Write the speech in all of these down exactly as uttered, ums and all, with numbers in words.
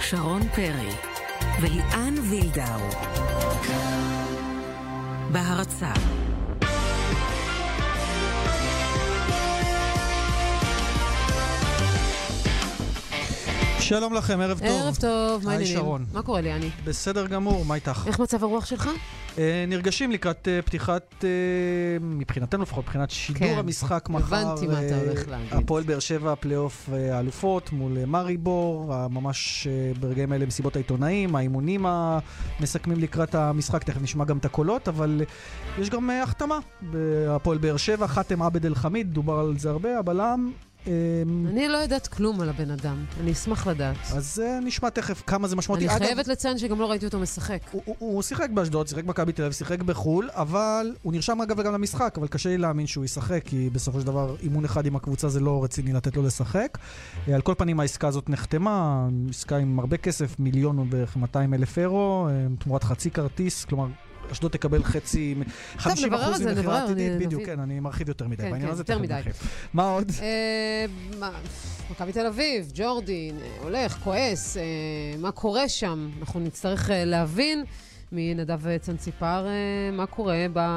שרון פרי וליאן וילדאו בהרצה. שלום לכם, ערב טוב. ערב טוב, מה העניינים? שרון. מה קורה לי, אני? בסדר גמור, מה איתך? איך מצב הרוח שלך? אה, נרגשים לקראת אה, פתיחת, אה, מבחינתנו לפחות, מבחינת שידור כן. המשחק מחר. הבנתי מה אתה הולך אה, להגיד. הפועל באר שבע, פלייאוף אה, האלופות מול אה, מאריבור, אה, ממש אה, ברגעים האלה מסיבות העיתונאים, האימונים המסכמים לקראת המשחק, תכף נשמע גם את הקולות, אבל אה, יש גם אה, החתמה בהפועל באר שבע, חתם עבד אל חמיד, דובר על זה הרבה, הבלם. אני לא יודעת כלום על הבן אדם, אני אשמח לדעת. אז נשמע תכף כמה זה משמעותי. אני חייבת לציין שגם לא ראיתי אותו משחק. הוא שיחק באשדוד, שיחק במכבי תל אביב, שיחק בחול, אבל הוא נרשם אגב גם למשחק, אבל קשה לי להאמין שהוא ישחק, כי בסופו של דבר אימון אחד עם הקבוצה זה לא רציני לתת לו לשחק. על כל פנים העסקה הזאת נחתמה, עסקה עם הרבה כסף, מיליון ובערך מאתיים אלף אירו, תמורת חצי כרטיס, כלומר אשדוד תקבל חצי, חמישים אחוז ממחירה עתידית, בדיוק, כן, אני מרחיב יותר מדי, בעניין הזה תכף נרחיב. מה עוד? מכבי תל אביב, ג'ורדין, הולך, כועס, מה קורה שם? אנחנו נצטרך להבין מנדב צנציפר מה קורה ב...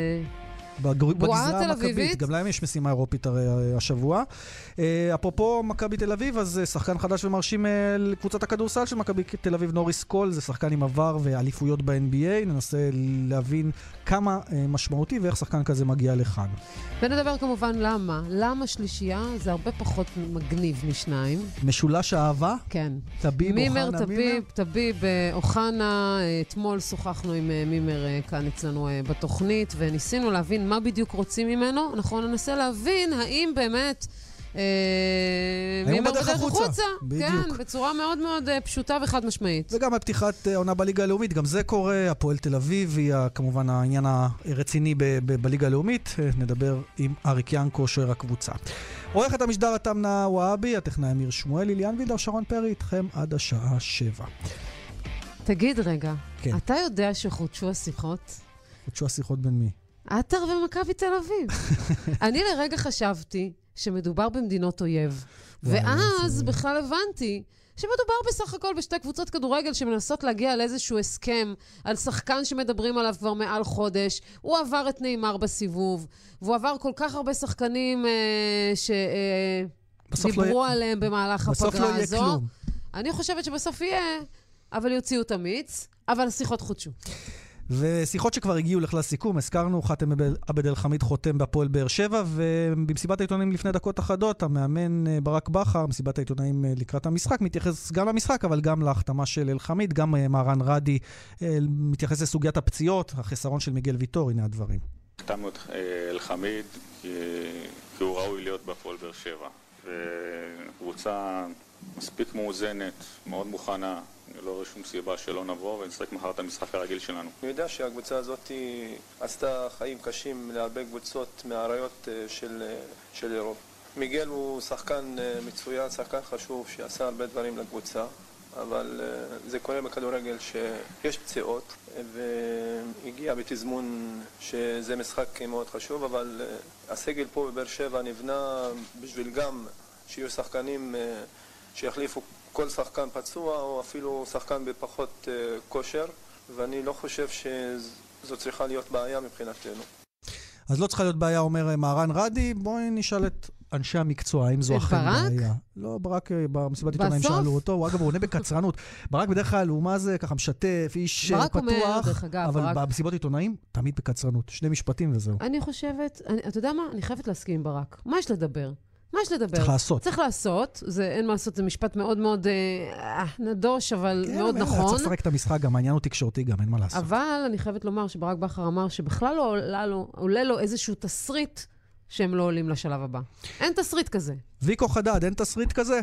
בגזרה המכבית, גם להם יש משימה אירופית השבוע. אפרופו מכבי תל אביב, אז שחקן חדש ומרשים לקבוצת הכדורסל של מכבי תל אביב, נוריס קול, זה שחקן עם עבר ואליפויות ב-אן בי איי, ננסה להבין כמה משמעותי ואיך שחקן כזה מגיע לכאן. ונדבר כמובן למה. למה שלישייה זה הרבה פחות מגניב משניים. משולש האהבה? כן. טביב, מימר, אוחנה, טביב, מימר? טביב, אוחנה. אתמול שוחחנו עם מימר כאן אצלנו בתוכנית, וניסינו להבין מה בדיוק רוצים ממנו. אנחנו ננסה להבין האם באמת מימר בדרך החוצה. כן, בצורה מאוד מאוד פשוטה וחד משמעית. וגם הפתיחת עונה בליגה הלאומית, גם זה קורה. הפועל תל אביב היא כמובן העניין הרציני בליגה הלאומית. נדבר עם אריק ינקו, שוער הקבוצה. עורכת המשדר תמנה וואבי, הטכנאי אמיר שמואל, ליאן וילדאו, שרון פרי, איתכם עד השעה שבע. תגיד רגע, כן. אתה יודע שחודשו השיחות? חודשו השיחות בין מי? עטר ומכבי תל אביב. אני לרגע חשבתי שמדובר במדינות אויב. ואז בכלל הבנתי שמדובר בסך הכל בשתי קבוצות כדורגל שמנסות להגיע לאיזשהו הסכם על שחקן שמדברים עליו כבר מעל חודש. הוא עבר את נאמר בסיבוב, והוא עבר כל כך הרבה שחקנים אה, שדיברו אה, עליהם במהלך הפגרה הזו. כלום. אני חושבת שבסוף יהיה, אבל יוציאו את המיץ, אבל השיחות חודשו. ושיחות שכבר הגיעו לכלל סיכום, הזכרנו, חתם עבד אל חמיד חותם בהפועל באר שבע, ובמסיבת העיתונאים לפני דקות אחדות, המאמן ברק בכר, מסיבת העיתונאים לקראת המשחק, מתייחס גם למשחק, אבל גם להחתמה של אל חמיד, גם מהרן רדי מתייחס לסוגיית הפציעות, החסרון של מיגל ויטור, הנה הדברים. החתמנו את אל חמיד, כי הוא ראוי להיות בהפועל באר שבע, וקבוצה מספיק מאוזנת, מאוד מוכנה, לא רואה שום סיבה שלא נבוא ונשחק מחר את המשחק הרגיל שלנו. אני יודע שהקבוצה הזאת עשתה חיים קשים להרבה קבוצות מהאריות של, של אירופה. מיגל הוא שחקן מצוין, שחקן חשוב שעשה הרבה דברים לקבוצה, אבל זה קורה בכדורגל שיש פציעות, והגיע בתזמון שזה משחק מאוד חשוב, אבל הסגל פה בבאר שבע נבנה בשביל גם שיהיו שחקנים שיחליפו כל שחקן פצוע או אפילו שחקן בפחות uh, כושר, ואני לא חושב שזו צריכה להיות בעיה מבחינתנו. אז לא צריכה להיות בעיה, אומר מהרן רדי. בואי נשאל את אנשי המקצוע, האם זו אכן בעיה. לא, ברק במסיבת עיתונאים שאלו אותו, הוא אגב הוא עונה בקצרנות. ברק בדרך כלל הוא מה זה, ככה משתף, איש ברק פתוח, אומר, דרך אגב, אבל ברק... במסיבות עיתונאים תמיד בקצרנות. שני משפטים וזהו. אני חושבת, אני, אתה יודע מה? אני חייבת להסכים עם ברק. מה יש לדבר? מה יש לדבר? צריך לעשות. צריך לעשות, זה, אין מה לעשות, זה משפט מאוד מאוד אה, נדוש, אבל כן, מאוד נכון. צריך לשחק את המשחק, גם העניין הוא תקשורתי, גם אין מה לעשות. אבל אני חייבת לומר שברק בכר אמר שבכלל לא עולה לו, עולה לו איזשהו תסריט שהם לא עולים לשלב הבא. אין תסריט כזה. ויקו חדד, אין תסריט כזה?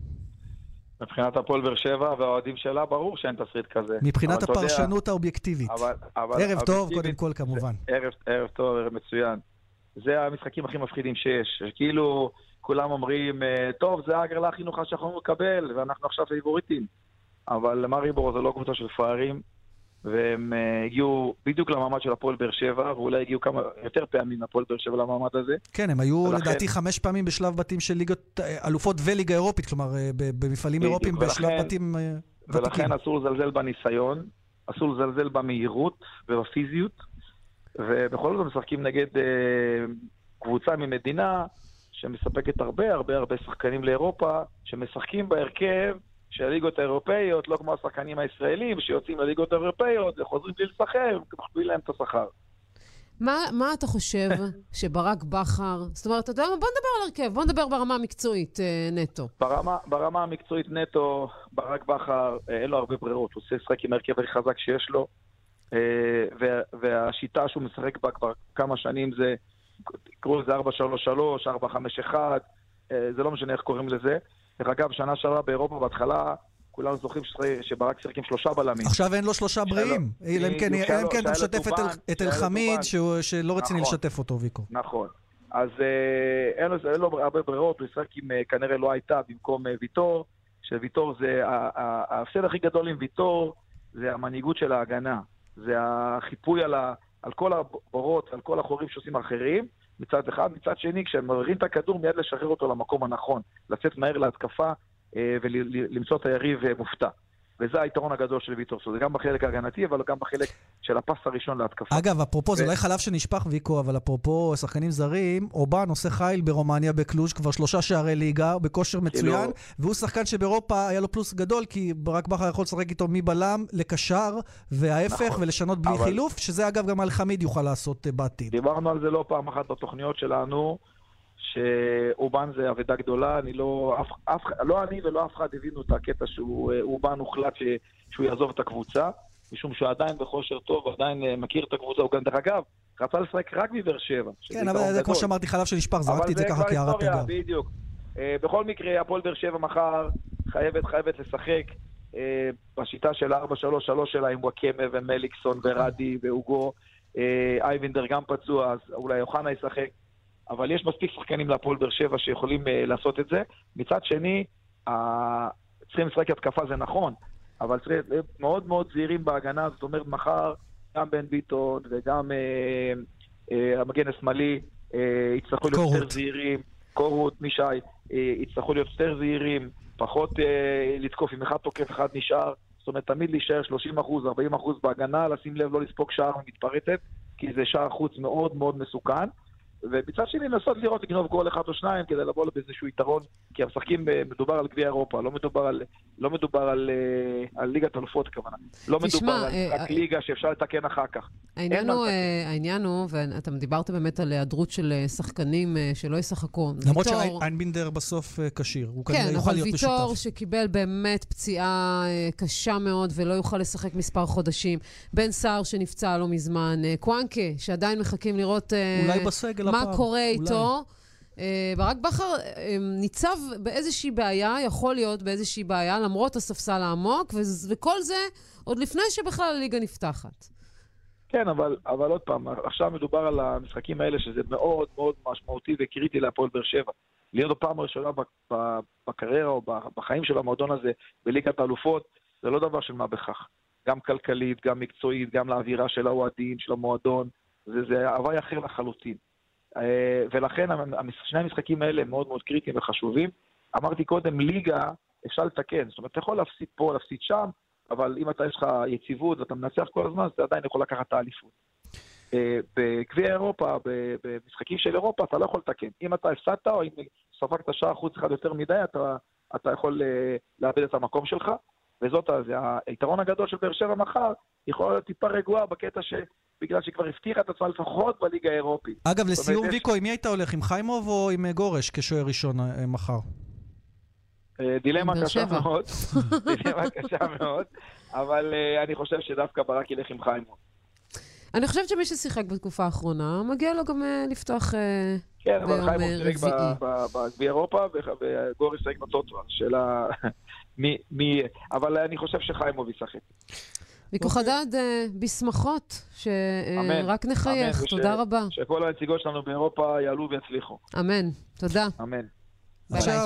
מבחינת הפועל באר שבע והאוהדים שלה, ברור שאין תסריט כזה. מבחינת הפרשנות האובייקטיבית. אבל, אבל, ערב טוב, קודם כל, כמובן. ערב, ערב טוב, ערב מצוין. זה המשחקים הכי מפחידים שיש. כאילו, כולם אומרים, טוב, זה הגרלה הכי נוחה שאנחנו נקבל, ואנחנו עכשיו פייבוריטים. אבל מאריבור זה לא קבוצה של פראיירים, והם הגיעו בדיוק למעמד של הפועל באר שבע, ואולי הגיעו כמה יותר פעמים הפועל באר שבע למעמד הזה. כן, הם היו לדעתי חמש פעמים בשלב בתים של ליגות אלופות וליגה אירופית, כלומר במפעלים אירופיים בשלב בתים ולכן אסור לזלזל בניסיון, אסור לזלזל במהירות ובפיזיות, ובכל זאת משחקים נגד קבוצה ממדינה שמספקת הרבה הרבה הרבה שחקנים לאירופה, שמשחקים בהרכב של הליגות האירופאיות, לא כמו השחקנים הישראלים שיוצאים לליגות האירופאיות וחוזרים בלי לשחק, ומכפיל להם את השכר. מה, מה אתה חושב שברק בכר, זאת אומרת, אתה יודע, בוא נדבר על הרכב, בוא נדבר ברמה המקצועית נטו. ברמה, ברמה המקצועית נטו, ברק בכר, אין לו הרבה ברירות, הוא עושה לשחק עם הרכב הכי חזק שיש לו, וה, והשיטה שהוא משחק בה כבר כמה שנים זה, קראו לזה ארבע שלוש שלוש, ארבע חמש אחת, זה לא משנה איך קוראים לזה. דרך אגב, שנה שעברה באירופה בהתחלה, כולנו זוכרים שברק שיחק עם שלושה בלמים. עכשיו אין לו שלושה בריאים. אלא אם כן אתה משתף את אלחמיד, שלא רציני לשתף אותו, ויקו. נכון. אז אין לו הרבה ברירות, הוא ישחק עם כנראה לא הייתה במקום ויטור, שוויטור זה, ההפסד הכי גדול עם ויטור, זה המנהיגות של ההגנה. זה החיפוי על כל הבורות, על כל החורים שעושים אחרים, מצד אחד. מצד שני, כשהם מראים את הכדור, מיד לשחרר אותו למקום הנכון. לצאת מהר להתקפה, ולמצוא את היריב מופתע. וזה היתרון הגדול של ויטור. זה גם בחלק ההגנתי, אבל גם בחלק של הפס הראשון להתקפה. אגב, אפרופו, זה אולי חלב שנשפך ויקו, אבל אפרופו שחקנים זרים, אובן עושה חייל ברומניה בקלוז' כבר שלושה שערי ליגה, בכושר מצוין, והוא שחקן שבאירופה היה לו פלוס גדול, כי ברק בכר יכול לשחק איתו מבלם לקשר, וההפך, ולשנות בלי חילוף, שזה אגב גם אלחמיד יוכל לעשות בעתיד. דיברנו על זה לא פעם אחת בתוכניות שלנו, שאובן זה עבודה גדולה, אני לא, אף, אף, לא אני ולא אף אחד הבינו את הקטע שאובן הוחלט ש, שהוא יעזוב את הקבוצה, משום שהוא עדיין בכושר טוב, עדיין מכיר את הקבוצה, הוא גם דרך אגב, רצה לשחק רק בבאר שבע. כן, אבל זה כמו שאמרתי חלב שנשפך, זרקתי את זה ככה כהערת אגב. בדיוק. בכל מקרה, הפועל באר שבע מחר חייבת, חייבת לשחק בשיטה של ארבע שלוש שלוש שלה עם וואקמה ומליקסון ורדי ואוגו, אייבינדר גם פצוע, אז אולי יוחנה ישחק. אבל יש מספיק שחקנים להפועל באר שבע שיכולים uh, לעשות את זה. מצד שני, uh, צריכים לשחק התקפה, זה נכון, אבל צריכים מאוד מאוד זהירים בהגנה, זאת אומרת, מחר גם בן ביטון וגם uh, uh, המגן השמאלי uh, יצטרכו להיות יותר זהירים, קורות, מישי, uh, יצטרכו להיות יותר זהירים, פחות uh, לתקוף עם אחד תוקף, אחד נשאר, זאת אומרת, תמיד להישאר שלושים אחוז, ארבעים אחוז בהגנה, לשים לב לא לספוג שער מתפרצת, כי זה שער חוץ מאוד מאוד מסוכן. ומצד שני לנסות לראות לגנוב גול אחד או שניים כדי לבוא באיזשהו יתרון, כי המשחקים מדובר על גביע אירופה, לא מדובר על, לא מדובר על, על ליגת אלופות כוונה. לא מדובר על רק ליגה שאפשר לתקן אחר כך. העניין הוא, העניין הוא, ואתה דיברת באמת על היעדרות של שחקנים שלא ישחקו. למרות שאיינבינדר בסוף קשיר, הוא כנראה יוכל להיות משותף. כן, אבל ויטור שקיבל באמת פציעה קשה מאוד ולא יוכל לשחק מספר חודשים. בן סער שנפצע לא מזמן, קוואנקה שעדיין מחכים לראות אולי בסגל מה קורה איתו. ברק בכר ניצב באיזושהי בעיה, יכול להיות באיזושהי בעיה, למרות הספסל העמוק, וכל זה עוד לפני שבכלל הליגה נפתחת. כן, אבל, אבל עוד פעם, עכשיו מדובר על המשחקים האלה, שזה מאוד מאוד משמעותי וקריטי להפועל באר שבע. להיות בפעם הראשונה בקריירה או בחיים של המועדון הזה, בליגת האלופות, זה לא דבר של מה בכך. גם כלכלית, גם מקצועית, גם לאווירה של האוהדים, של המועדון, זה, זה הווי אחר לחלוטין. ולכן שני המשחקים האלה הם מאוד מאוד קריטיים וחשובים. אמרתי קודם, ליגה אפשר לתקן, זאת אומרת, אתה יכול להפסיד פה, להפסיד שם, אבל אם אתה יש לך יציבות ואתה מנצח כל הזמן, אתה עדיין יכול לקחת את האליפות. בגביע אירופה, במשחקים של אירופה, אתה לא יכול לתקן. אם אתה הפסדת או אם ספגת שער חוץ אחד יותר מדי, אתה, אתה יכול לאבד את המקום שלך, וזאת זה היתרון הגדול של באר שבע מחר, יכול להיות טיפה רגועה בקטע ש... בגלל שכבר הבטיחה את עצמה לפחות בליגה האירופית. אגב, לסיום ויקו, עם מי היית הולך? עם חיימוב או עם גורש כשוער ראשון מחר? דילמה קשה מאוד. דילמה קשה מאוד, אבל אני חושב שדווקא ברק ילך עם חיימוב. אני חושבת שמי ששיחק בתקופה האחרונה, מגיע לו גם לפתוח כן, אבל חיימוב שיחק בגביע אירופה, וגורש שיחק בטוטו. שאלה מי... אבל אני חושב שחיימוב ישחק. ויקו חדד, בשמחות, שרק נחייך. תודה רבה. שכל הנציגות שלנו באירופה יעלו ויצליחו. אמן. תודה. אמן. עכשיו,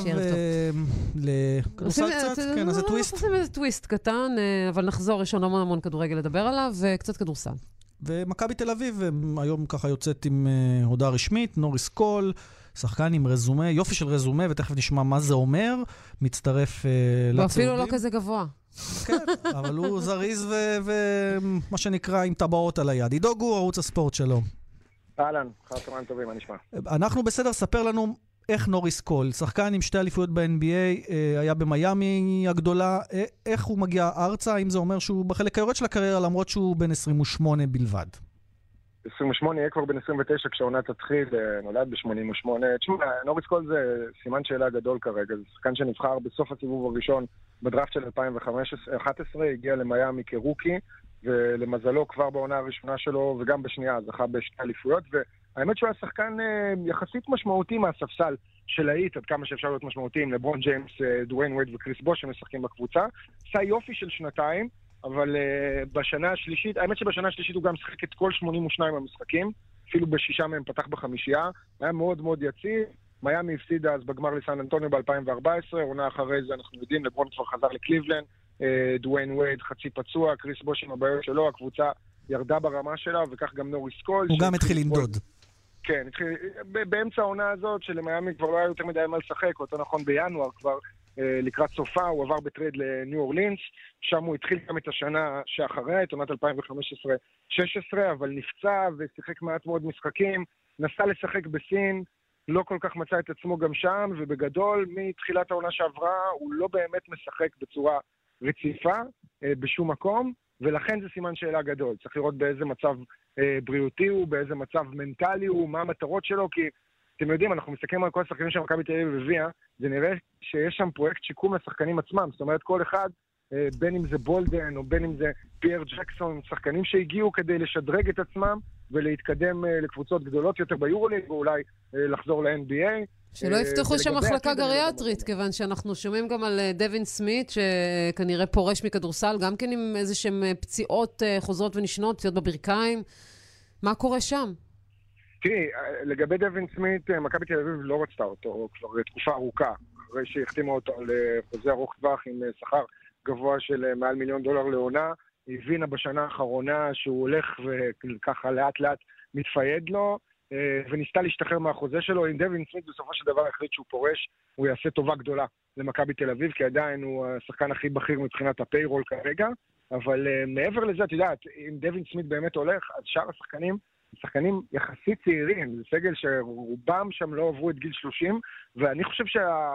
לכדורסל קצת, כן, אז זה טוויסט. עושים איזה טוויסט קטן, אבל נחזור, יש לנו המון המון כדורגל לדבר עליו, וקצת כדורסל. ומכבי תל אביב היום ככה יוצאת עם הודעה רשמית, נוריס קול, שחקן עם רזומה, יופי של רזומה, ותכף נשמע מה זה אומר, מצטרף לצהובים. ואפילו לא כזה גבוה. כן, אבל הוא זריז ומה שנקרא עם טבעות על היד. עידו גור, ערוץ הספורט, שלום. אהלן, חר צהריים טובים, מה נשמע? אנחנו בסדר, ספר לנו איך נוריס קול, שחקן עם שתי אליפויות ב-אן בי איי, היה במיימי הגדולה, איך הוא מגיע ארצה, האם זה אומר שהוא בחלק היורד של הקריירה, למרות שהוא בן עשרים ושמונה בלבד? עשרים ושמונה, יהיה כבר בן עשרים ותשע כשהעונה תתחיל, נולד ב-שמונים ושמונה. תשמע, נוריס קול זה סימן שאלה גדול כרגע, זה שחקן שנבחר בסוף הסיבוב הראשון בדראפט של אלפיים ואחת עשרה, הגיע למיימי כרוקי, ולמזלו כבר בעונה הראשונה שלו, וגם בשנייה, זכה בשתי אליפויות, והאמת שהוא היה שחקן יחסית משמעותי מהספסל של האית, עד כמה שאפשר להיות משמעותיים, לברון ג'יימס, דוויין וייד וקריס בוש שמשחקים בקבוצה. עשה יופי של שנתיים, אבל uh, בשנה השלישית, האמת שבשנה השלישית הוא גם שחק את כל שמונים ושניים המשחקים, אפילו בשישה מהם פתח בחמישייה, היה מאוד מאוד יציב, מיימי הפסידה אז בגמר לסן אנטוניו ב-אלפיים וארבע עשרה, עונה אחרי זה אנחנו יודעים, לברון כבר חזר לקליבלנד, uh, דוויין וייד חצי פצוע, קריס בוש עם הבעיות שלו, הקבוצה ירדה ברמה שלה, וכך גם נוריס קול. הוא גם התחיל לנדוד. כן, התחיל, באמצע העונה הזאת שלמיימי כבר לא היה יותר מדי מה לשחק, אותו נכון בינואר כבר, לקראת סופה, הוא עבר בטרייד לניו אורלינס, שם הוא התחיל גם את השנה שאחריה, את עונת אלפיים וחמש עשרה שש עשרה, אבל נפצע ושיחק מעט מאוד משחקים, נסע לשחק בסין, לא כל כך מצא את עצמו גם שם, ובגדול, מתחילת העונה שעברה, הוא לא באמת משחק בצורה רציפה, בשום מקום, ולכן זה סימן שאלה גדול. צריך לראות באיזה מצב בריאותי הוא, באיזה מצב מנטלי הוא, מה המטרות שלו, כי אתם יודעים, אנחנו מסתכלים על כל השחקנים שמכבי תל אביב הביאה, זה נראה שיש שם פרויקט שיקום לשחקנים עצמם. זאת אומרת, כל אחד, בין אם זה בולדן או בין אם זה פייר ג'קסון, שחקנים שהגיעו כדי לשדרג את עצמם ולהתקדם לקבוצות גדולות יותר ביורוליג, ואולי לחזור ל-אן בי איי. שלא יפתחו שם מחלקה גריאטרית, כיוון שאנחנו שומעים גם על דווין סמית, שכנראה פורש מכדורסל, גם כן עם איזה שהם פציעות חוזרות ונשנות, פציעות בברכיים. מה קורה שם? תראי, לגבי דווין סמית, מכבי תל אביב לא רצתה אותו כבר תקופה ארוכה, אחרי שהחתימו אותו על חוזה ארוך טווח עם שכר גבוה של מעל מיליון דולר לעונה, היא הבינה בשנה האחרונה שהוא הולך וככה לאט לאט מתפייד לו, וניסתה להשתחרר מהחוזה שלו. עם דווין סמית בסופו של דבר החליט שהוא פורש, הוא יעשה טובה גדולה למכבי תל אביב, כי עדיין הוא השחקן הכי בכיר מבחינת הפיירול כרגע, אבל מעבר לזה, את יודעת, אם דווין סמית באמת הולך, אז שאר השחקנים שחקנים יחסית צעירים, זה סגל שרובם שם לא עברו את גיל שלושים, ואני חושב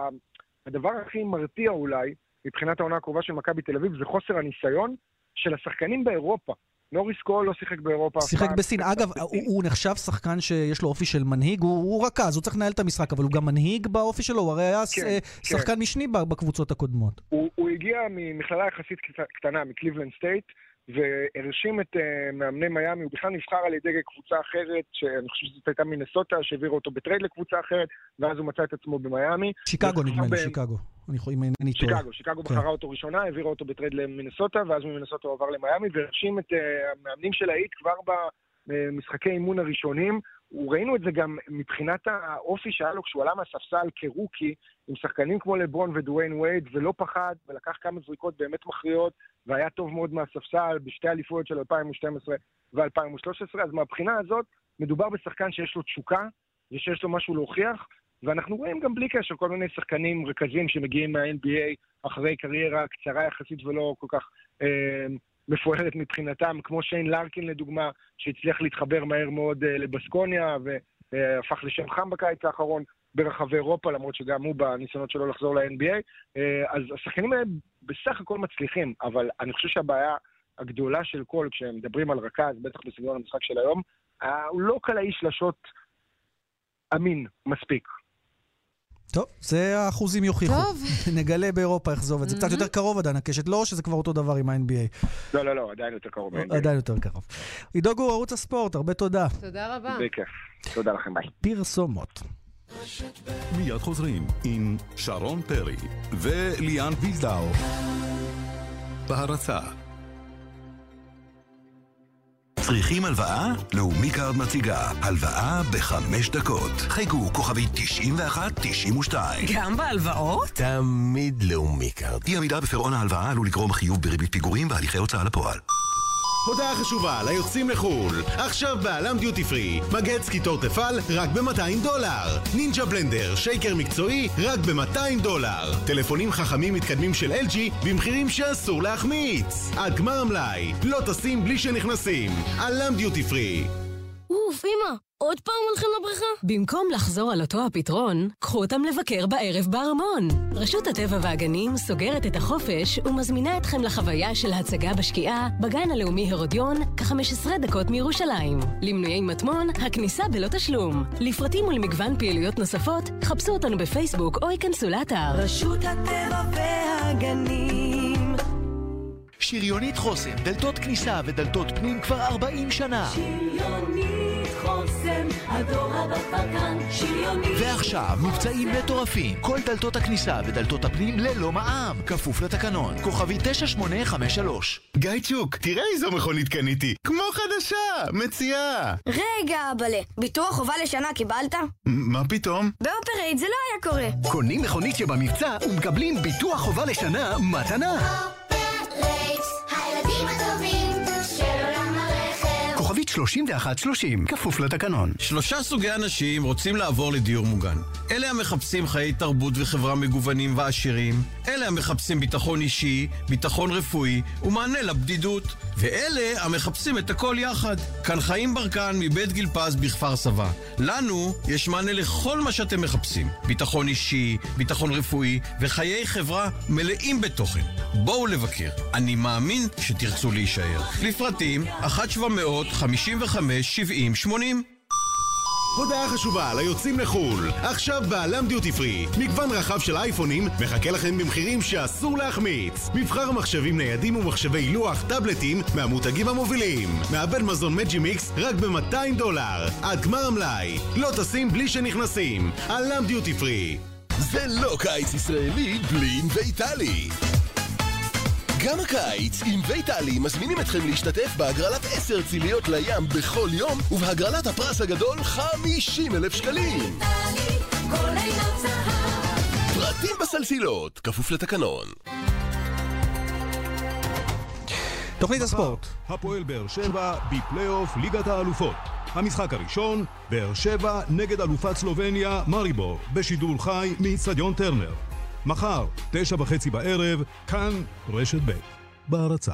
שהדבר הכי מרתיע אולי, מבחינת העונה הקרובה של מכבי תל אביב, זה חוסר הניסיון של השחקנים באירופה. נוריס קול לא שיחק באירופה. שיחק בסין. אגב, הוא נחשב שחקן שיש לו אופי של מנהיג, הוא רכז, הוא צריך לנהל את המשחק, אבל הוא גם מנהיג באופי שלו, הוא הרי היה שחקן משני בקבוצות הקודמות. הוא הגיע ממכללה יחסית קטנה, מקליבלנד סטייט, והרשים את uh, מאמני מיימי, הוא בכלל נבחר על ידי קבוצה אחרת, שאני חושב שזאת הייתה מינסוטה, שהעבירה אותו בטרייד לקבוצה אחרת, ואז הוא מצא את עצמו במיימי. שיקגו נדמה לי, שיקגו. שיקגו, שיקגו בחרה אותו ראשונה, העבירה אותו בטרייד למינסוטה, ואז ממינסוטה הוא עבר למיימי, והרשים את uh, המאמנים של האית כבר במשחקי אימון הראשונים. ראינו את זה גם מבחינת האופי שהיה לו כשהוא עלה מהספסל כרוקי, עם שחקנים כמו לברון ודוויין וייד, ולא פחד, ולקח כמה זריקות באמת מכריעות, והיה טוב מאוד מהספסל בשתי אליפויות של אלפיים ושתים עשרה ו-אלפיים ושלוש עשרה, אז מהבחינה הזאת מדובר בשחקן שיש לו תשוקה, ושיש לו משהו להוכיח, ואנחנו רואים גם בלי קשר כל מיני שחקנים רכזים שמגיעים מה-אן בי איי אחרי קריירה קצרה יחסית ולא כל כך אה, מפוארת מבחינתם, כמו שיין לארקין לדוגמה, שהצליח להתחבר מהר מאוד אה, לבסקוניה, והפך לשם חם בקיץ האחרון ברחבי אירופה, למרות שגם הוא בניסיונות שלו לחזור ל-אן בי איי. אה, אז השחקנים האלה בסך הכל מצליחים, אבל אני חושב שהבעיה הגדולה של כל, כשהם מדברים על רכז, בטח בסגנון המשחק של היום, אה, הוא לא קלעי שלשות אמין מספיק. טוב, זה האחוזים יוכיחו. טוב. נגלה באירופה איך זה עובד. זה קצת יותר קרוב עדיין הקשת, לא שזה כבר אותו דבר עם ה-אן בי איי. לא, לא, לא, עדיין יותר קרוב ב-אן בי איי. עדיין יותר קרוב. עידו גור, ערוץ הספורט, הרבה תודה. תודה רבה. בכיף. תודה לכם, ביי. פרסומות. מיד חוזרים עם שרון פרי וליאן וילדאו. בהרצה. צריכים הלוואה? לאומי קארד מציגה הלוואה בחמש דקות. חייגו כוכבי תשעים ואחת תשעים ושתיים. גם בהלוואות? תמיד לאומי קארד. אי עמידה בפירעון ההלוואה עלול לגרום חיוב בריבית פיגורים והליכי הוצאה לפועל. הודעה חשובה ליוצאים לחול. עכשיו בעלם דיוטי פרי. מגהץ קיטור תפל רק ב-מאתיים דולר. נינג'ה בלנדר, שייקר מקצועי רק ב-מאתיים דולר. טלפונים חכמים מתקדמים של אל ג'י במחירים שאסור להחמיץ. עד גמר המלאי. לא טסים בלי שנכנסים. עלם דיוטי פרי. אוף, אמא, עוד פעם הולכים לבריכה? במקום לחזור על אותו הפתרון, קחו אותם לבקר בערב בארמון. רשות הטבע והגנים סוגרת את החופש ומזמינה אתכם לחוויה של הצגה בשקיעה בגן הלאומי הרודיון, כ-חמש עשרה דקות מירושלים. למנויי מטמון, הכניסה בלא תשלום. לפרטים ולמגוון פעילויות נוספות, חפשו אותנו בפייסבוק או ייכנסו לאתר. רשות הטבע והגנים. שריונית חוסם, דלתות כניסה ודלתות פנים כבר ארבעים שנה. שריונית חוסם, הדור הבא כאן, שריונית. ועכשיו מבצעים מטורפים, כל דלתות הכניסה ודלתות הפנים ללא מע"מ, כפוף לתקנון. כוכבי תשע שמונה חמש שלוש. גיא צ'וק, תראה איזו מכונית קניתי, כמו חדשה, מציעה. רגע, אבאלה, ביטוח חובה לשנה קיבלת? מה פתאום? באופרייט זה לא היה קורה. קונים מכונית שבמבצע ומקבלים ביטוח חובה לשנה מתנה. כוכבית שלושים ואחת שלושים, כפוף לתקנון. שלושה סוגי אנשים רוצים לעבור לדיור מוגן. אלה המחפשים חיי תרבות וחברה מגוונים ועשירים, אלה המחפשים ביטחון אישי, ביטחון רפואי ומענה לבדידות, ואלה המחפשים את הכל יחד. כאן חיים ברקן מבית גיל פז בכפר סבא. לנו יש מענה לכל מה שאתם מחפשים. ביטחון אישי, ביטחון רפואי וחיי חברה מלאים בתוכן. בואו לבקר. אני מאמין שתרצו להישאר. לפרטים אחת שבע מאות חמישים וחמש שבעים שמונים. הודעה חשובה ליוצאים לחול. עכשיו בעלם דיוטי פרי. מגוון רחב של אייפונים מחכה לכם במחירים שאסור להחמיץ. מבחר מחשבים ניידים ומחשבי לוח, טאבלטים מהמותגים המובילים. מעבד מזון מג'י מיקס רק ב-מאתיים דולר. עד גמר המלאי. לא טסים בלי שנכנסים. עלם דיוטי פרי. זה לא קיץ ישראלי בלי ויטלי. גם הקיץ עם ויטלי מזמינים אתכם להשתתף בהגרלת עשר ציליות לים בכל יום, ובהגרלת הפרס הגדול חמישים אלף שקלים. פרטים בסלסילות, כפוף לתקנון. תוכנית הספורט. הפועל באר שבע בפלייאוף ליגת האלופות. המשחק הראשון, באר שבע נגד אלופת סלובניה מריבור, בשידור חי מאצטדיון טרנר. מחר, תשע וחצי בערב, כאן רשת ב' בהרצה.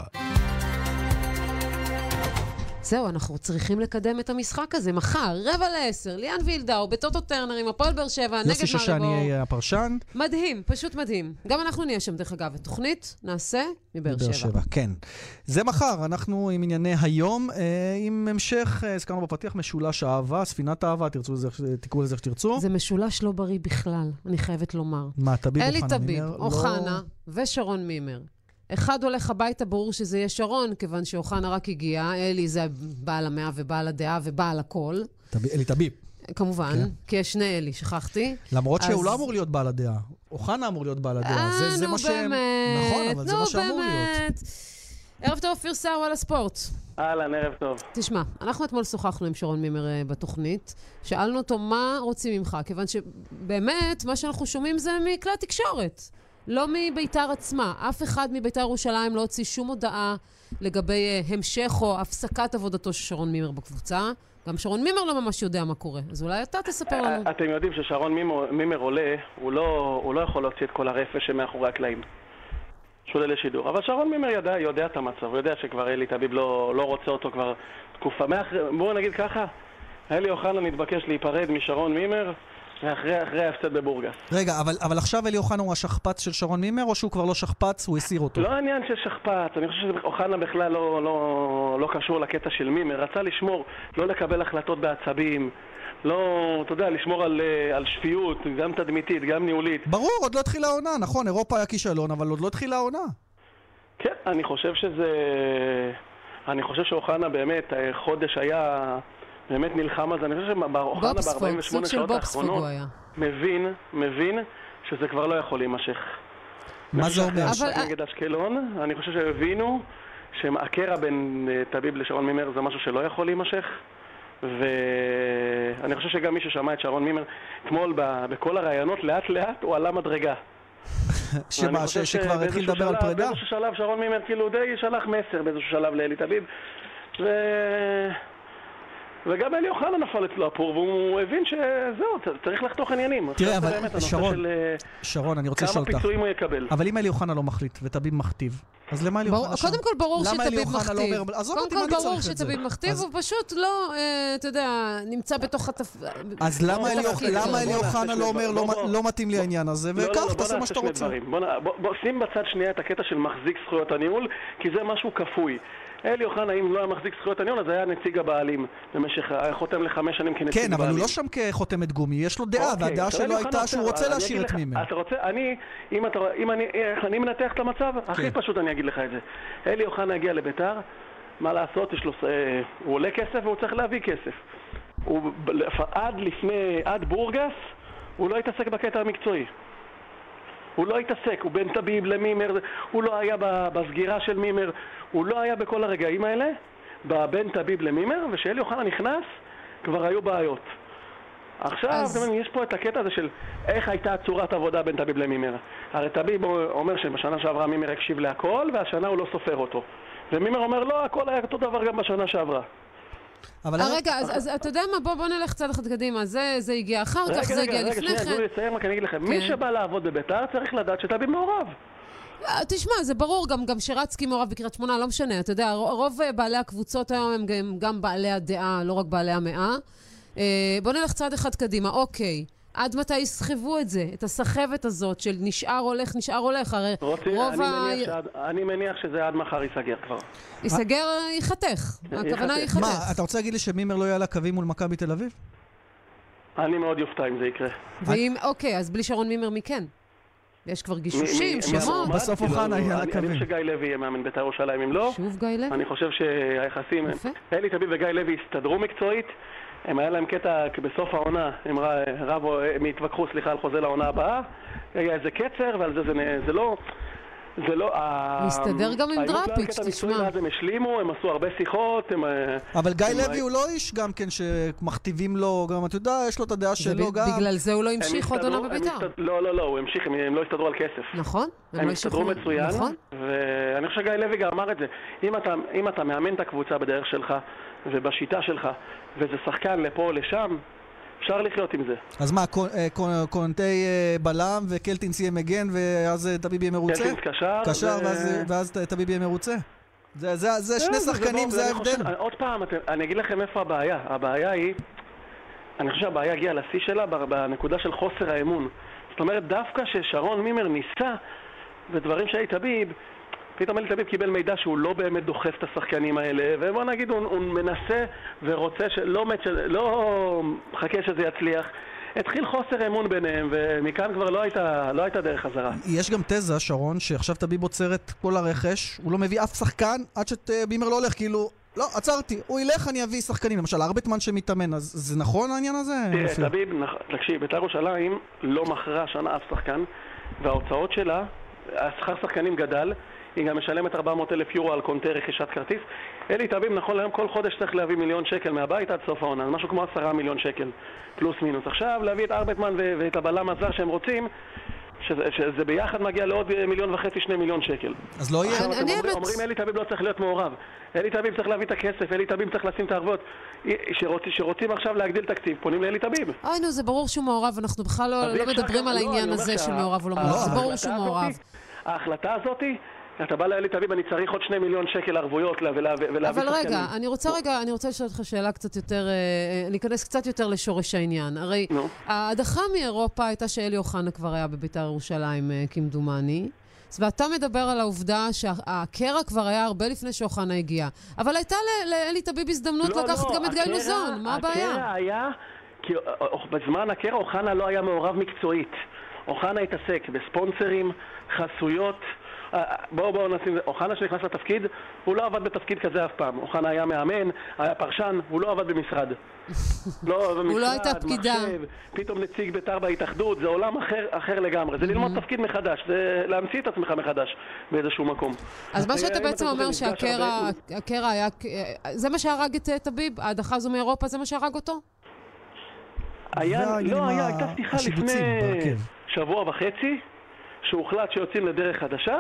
זהו, אנחנו צריכים לקדם את המשחק הזה. מחר, רבע לעשר, ליאן וילדאו, בטוטו טרנר עם הפועל באר שבע, נגד מריבור. יוסי שושני יהיה הפרשן. מדהים, פשוט מדהים. גם אנחנו נהיה שם, דרך אגב, התוכנית נעשה מבאר שבע. שבע, כן. זה מחר, אנחנו עם ענייני היום, אה, עם המשך, אה, הזכרנו בפתיח, משולש אהבה, ספינת אהבה, תרצו לזה, תקראו לזה שתרצו. זה משולש לא בריא בכלל, אני חייבת לומר. מה, תביב אלי אוחנה תביב, מימר? אוחנה לא... ושרון מימר. אחד הולך הביתה, ברור שזה יהיה שרון, כיוון שאוחנה רק הגיע, אלי זה בעל המאה ובעל הדעה ובעל הכל. תב... אלי תביב. כמובן, כן. כי יש שני אלי, שכחתי. למרות אז... שהוא לא אמור להיות בעל הדעה. אוחנה אמור להיות בעל הדעה. אה, זה, נו זה מה שהם... באמת. נכון, אבל נו זה מה שאמור באמת. להיות. ערב טוב, אופיר סער על הספורט. אהלן, ערב טוב. תשמע, אנחנו אתמול שוחחנו עם שרון מימר בתוכנית, שאלנו אותו מה רוצים ממך, כיוון שבאמת מה שאנחנו שומעים זה מכלי התקשורת. לא מביתר עצמה. אף אחד מביתר ירושלים לא הוציא שום הודעה לגבי המשך או הפסקת עבודתו של שרון מימר בקבוצה. גם שרון מימר לא ממש יודע מה קורה. אז אולי אתה תספר לנו. אתם יודעים ששרון מימר, מימר עולה, הוא לא, הוא לא יכול להוציא את כל הרפש שמאחורי הקלעים. שולה לשידור. אבל שרון מימר יודע, יודע את המצב. הוא יודע שכבר אלי תביב לא, לא רוצה אותו כבר תקופה. בואו נגיד ככה, אלי אוחנה נתבקש להיפרד משרון מימר, ואחרי אחרי ההפסד בבורגס. רגע, אבל, אבל עכשיו אלי אוחנה הוא השכפץ של שרון מימר, או שהוא כבר לא שכפץ, הוא הסיר אותו? לא עניין של שכפץ, אני חושב שאוחנה בכלל לא, לא, לא קשור לקטע של מימר. רצה לשמור, לא לקבל החלטות בעצבים, לא, אתה יודע, לשמור על, על שפיות, גם תדמיתית, גם ניהולית. ברור, עוד לא התחילה העונה, נכון, אירופה היה כישלון, אבל עוד לא התחילה העונה. כן, אני חושב שזה... אני חושב שאוחנה באמת, חודש היה... באמת נלחם על זה, אני חושב שאוחנה ב-ארבעים ושמונה שעות האחרונות מבין, מבין שזה כבר לא יכול להימשך. מה זה אומר? נגד אשקלון, אני חושב שהבינו שהקרע בין תביב לשרון מימר זה משהו שלא יכול להימשך, ואני חושב שגם מי ששמע את שרון מימר אתמול בכל הרעיונות לאט לאט הוא עלה מדרגה. שמה, שכבר התחיל לדבר על פרידה? באיזשהו שלב שרון מימר כאילו די שלח מסר באיזשהו שלב לאלי טביב. ו... וגם אלי אוחנה נפל אצלו הפור, והוא הבין שזהו, צריך לחתוך עניינים. תראה, אבל שרון, שרון, אני רוצה לשאול אותך. כמה פיצויים הוא יקבל. אבל אם אלי אוחנה לא מחליט וטביב מכתיב, אז למה אלי אוחנה שם? קודם כל ברור שטביב מכתיב. קודם כל ברור שטביב מכתיב, הוא פשוט לא, אתה יודע, נמצא בתוך התפ... אז למה אלי אוחנה לא אומר, לא מתאים לי העניין הזה, וכך תעשה מה שאתה רוצה. בוא שים בצד שנייה את הקטע של מחזיק זכויות הניהול, כי זה משהו כפוי. אלי אוחנה, אם לא היה מחזיק זכויות הניהול, אז היה נציג הבעלים במשך, היה חותם לחמש שנים כנציג הבעלים. כן, אבל הוא לא שם כחותמת גומי, יש לו דעה, והדעה שלו הייתה שהוא רוצה להשאיר את מימר. אתה רוצה, אני, אם אני מנתח את המצב, הכי פשוט אני אגיד לך את זה. אלי אוחנה הגיע לביתר, מה לעשות, יש לו, הוא עולה כסף והוא צריך להביא כסף. עד לפני, עד בורגס, הוא לא התעסק בקטע המקצועי. הוא לא התעסק, הוא בין טביב למימר, הוא לא היה בסגירה של מימר, הוא לא היה בכל הרגעים האלה, בין טביב למימר, ושאלי אוחנה נכנס, כבר היו בעיות. עכשיו, אז... יש פה את הקטע הזה של איך הייתה צורת עבודה בין טביב למימר. הרי טביב אומר שבשנה שעברה מימר הקשיב להכל, והשנה הוא לא סופר אותו. ומימר אומר, לא, הכל היה אותו דבר גם בשנה שעברה. רגע, אז אתה יודע מה? בוא נלך צד אחד קדימה. זה הגיע אחר כך, זה הגיע לפני כן. רגע, רגע, אני אגיד לכם. מי שבא לעבוד בביתר צריך לדעת שטביב מעורב. תשמע, זה ברור, גם שרצקי מעורב בקריית שמונה, לא משנה. אתה יודע, רוב בעלי הקבוצות היום הם גם בעלי הדעה, לא רק בעלי המאה. בוא נלך צד אחד קדימה. אוקיי. עד מתי יסחבו את זה? את הסחבת הזאת של נשאר הולך, נשאר הולך, הרי רוב ה... אני מניח שזה עד מחר ייסגר כבר. ייסגר, ייחתך. הכוונה ייחתך. מה, אתה רוצה להגיד לי שמימר לא יהיה לה קווים מול מכבי תל אביב? אני מאוד יופתע אם זה יקרה. ואם, אוקיי, אז בלי שרון מימר מכן? יש כבר גישושים, שמות. בסוף אוחנה יהיה לה קווים. אני חושב שגיא לוי יהיה מאמן בית"ר ירושלים, אם לא. שוב גיא לוי? אני חושב שהיחסים... אלי טביב וגיא לוי הסתדרו מקצועית. הם היה להם קטע בסוף העונה, הם רבו, הם התווכחו, סליחה, על חוזה לעונה הבאה. היה איזה קצר, ועל זה זה לא... זה לא... מסתדר גם עם דראפיץ', תשמע. הם השלימו, הם עשו הרבה שיחות, הם... אבל גיא לוי הוא לא איש גם כן שמכתיבים לו, גם אתה יודע, יש לו את הדעה שלו גם. בגלל זה הוא לא המשיך עוד עונה בבית"ר. לא, לא, לא, הוא המשיך, הם לא הסתדרו על כסף. נכון. הם הסתדרו מצוין, ואני חושב שגיא לוי גם אמר את זה. אם אתה מאמן את הקבוצה בדרך שלך, ובשיטה שלך, וזה שחקן לפה או לשם, אפשר לחיות עם זה. אז מה, קונטי בלם וקלטינס יהיה מגן, ואז טביב יהיה מרוצה? קלטינס קשר. קשר, ואז טביב יהיה מרוצה? זה שני שחקנים, זה ההבדל. עוד פעם, אני אגיד לכם איפה הבעיה. הבעיה היא, אני חושב שהבעיה הגיעה לשיא שלה בנקודה של חוסר האמון. זאת אומרת, דווקא ששרון מימר ניסה בדברים שהי טביב, פתאום אלי טביב קיבל מידע שהוא לא באמת דוחף את השחקנים האלה, ובוא נגיד, הוא, הוא מנסה ורוצה שלא לא חכה שזה יצליח. התחיל חוסר אמון ביניהם, ומכאן כבר לא הייתה, לא הייתה דרך חזרה. יש גם תזה, שרון, שעכשיו טביב עוצר את כל הרכש, הוא לא מביא אף שחקן עד שבימר לא הולך, כאילו, לא, עצרתי, הוא ילך, אני אביא שחקנים, למשל, ארבטמן שמתאמן, אז זה נכון העניין הזה? תראה, טביב, תקשיב, בית"ר ירושלים לא מכרה שנה אף שחקן, וההוצאות שלה, השכר שחקנים גדל, היא גם משלמת ארבע מאות אלף יורו על קונטי רכישת כרטיס. אלי טביב נכון להיום כל חודש צריך להביא מיליון שקל מהבית עד סוף העונה, משהו כמו עשרה מיליון שקל, פלוס מינוס. עכשיו להביא את ארבטמן ואת הבלם הזר שהם רוצים, שזה, שזה ביחד מגיע לעוד מיליון וחצי, שני מיליון שקל. אז לא יהיה... אומרים, אומרים אלי טביב לא צריך להיות מעורב. אלי טביב צריך להביא את הכסף, אלי טביב צריך לשים את הערבות. שרוצים, שרוצים עכשיו להגדיל תקציב, פונים לאלי טביב. אוי נו, זה ברור שהוא מעורב, אנחנו בכלל לא, לא מדברים על העניין הזה של מעורב או לא מעורב. זה ברור שהוא מעורב. ההחלטה הזאת אתה בא לאלי טביב, אני צריך עוד שני מיליון שקל ערבויות ולהביא שחקנים. אבל רגע, אני רוצה רגע, אני רוצה לשאול אותך שאלה קצת יותר, אני אכנס קצת יותר לשורש העניין. הרי ההדחה מאירופה הייתה שאלי אוחנה כבר היה בבית"ר ירושלים כמדומני, ואתה מדבר על העובדה שהקרע כבר היה הרבה לפני שאוחנה הגיע. אבל הייתה לאלי טביב הזדמנות לקחת גם את גיא לוזון, מה הבעיה? הקרע היה, כי בזמן הקרע אוחנה לא היה מעורב מקצועית. אוחנה התעסק בספונסרים, חסויות, בואו בואו נשים, אוחנה שנכנס לתפקיד, הוא לא עבד בתפקיד כזה אף פעם. אוחנה היה מאמן, היה פרשן, הוא לא עבד במשרד. לא, במשרד, הוא לא הייתה פקידה. מחשב, פתאום נציג בית"ר בהתאחדות, זה עולם אחר, אחר לגמרי. זה ללמוד תפקיד מחדש, זה להמציא את עצמך מחדש באיזשהו מקום. אז מה שאתה בעצם אומר שהקרע היה, זה מה שהרג את טביב? ההדחה הזו מאירופה זה מה שהרג אותו? היה, לא, היה, הייתה שיחה לפני שבוע וחצי, שהוחלט שיוצאים לדרך חדשה,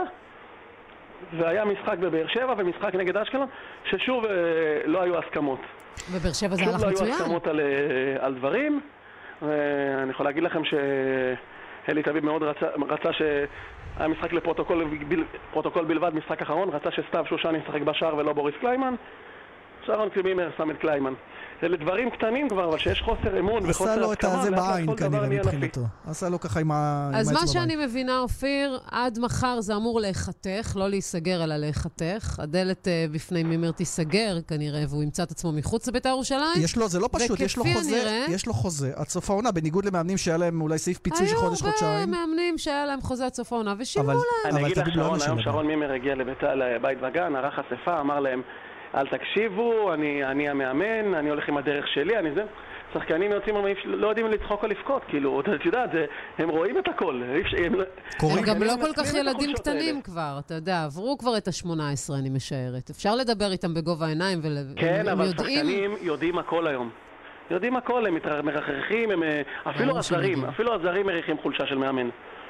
והיה משחק בבאר שבע ומשחק נגד אשקלון, ששוב לא היו הסכמות. בבאר שבע זה הלך מצוין. שוב לא היו הסכמות על, על דברים, ואני יכול להגיד לכם שאלי תביב מאוד רצה, רצה שהיה משחק לפרוטוקול בל, פרוטוקול בלבד, משחק אחרון, רצה שסתיו שושן ישחק בשער ולא בוריס קליימן, שרון מימר שם את קליימן. אלה דברים קטנים כבר, אבל שיש חוסר אמון וחוסר הסכמה. עשה לו את הזה בעין כנראה מבחינתו. עשה לו ככה עם האצבע בעין. אז מה שאני מבינה, אופיר, עד מחר זה אמור להיחתך, לא להיסגר אלא להיחתך. הדלת בפני מימר תיסגר כנראה, והוא ימצא את עצמו מחוץ לבית"ר ירושלים. יש לו, זה לא פשוט, יש לו חוזה, יש לו חוזה עד סוף העונה, בניגוד למאמנים שהיה להם אולי סעיף פיצוי של חודש חודשיים. היו הרבה מאמנים שהיה להם חוזה עד סוף העונה ושילמו להם. אני אגיד לך, שרון, היום שרון מימר הגיע לבית וגן, ערך אספה, אמר להם אל תקשיבו, אני, אני המאמן, אני הולך עם הדרך שלי, אני זה. שחקנים יוצאים, לא יודעים לצחוק או לבכות, כאילו, אתה יודע, הם רואים את הכל. הם, הם גם לא כל כך ילדים קטנים כבר, אתה יודע, עברו כבר את ה-שמונה עשרה, אני משערת. אפשר לדבר איתם בגובה העיניים, והם כן, אבל שחקנים יודעים הכל היום. יודעים הכל, הם מרחרחים, הם אפילו הזרים, אפילו הזרים מריחים חולשה של מאמן.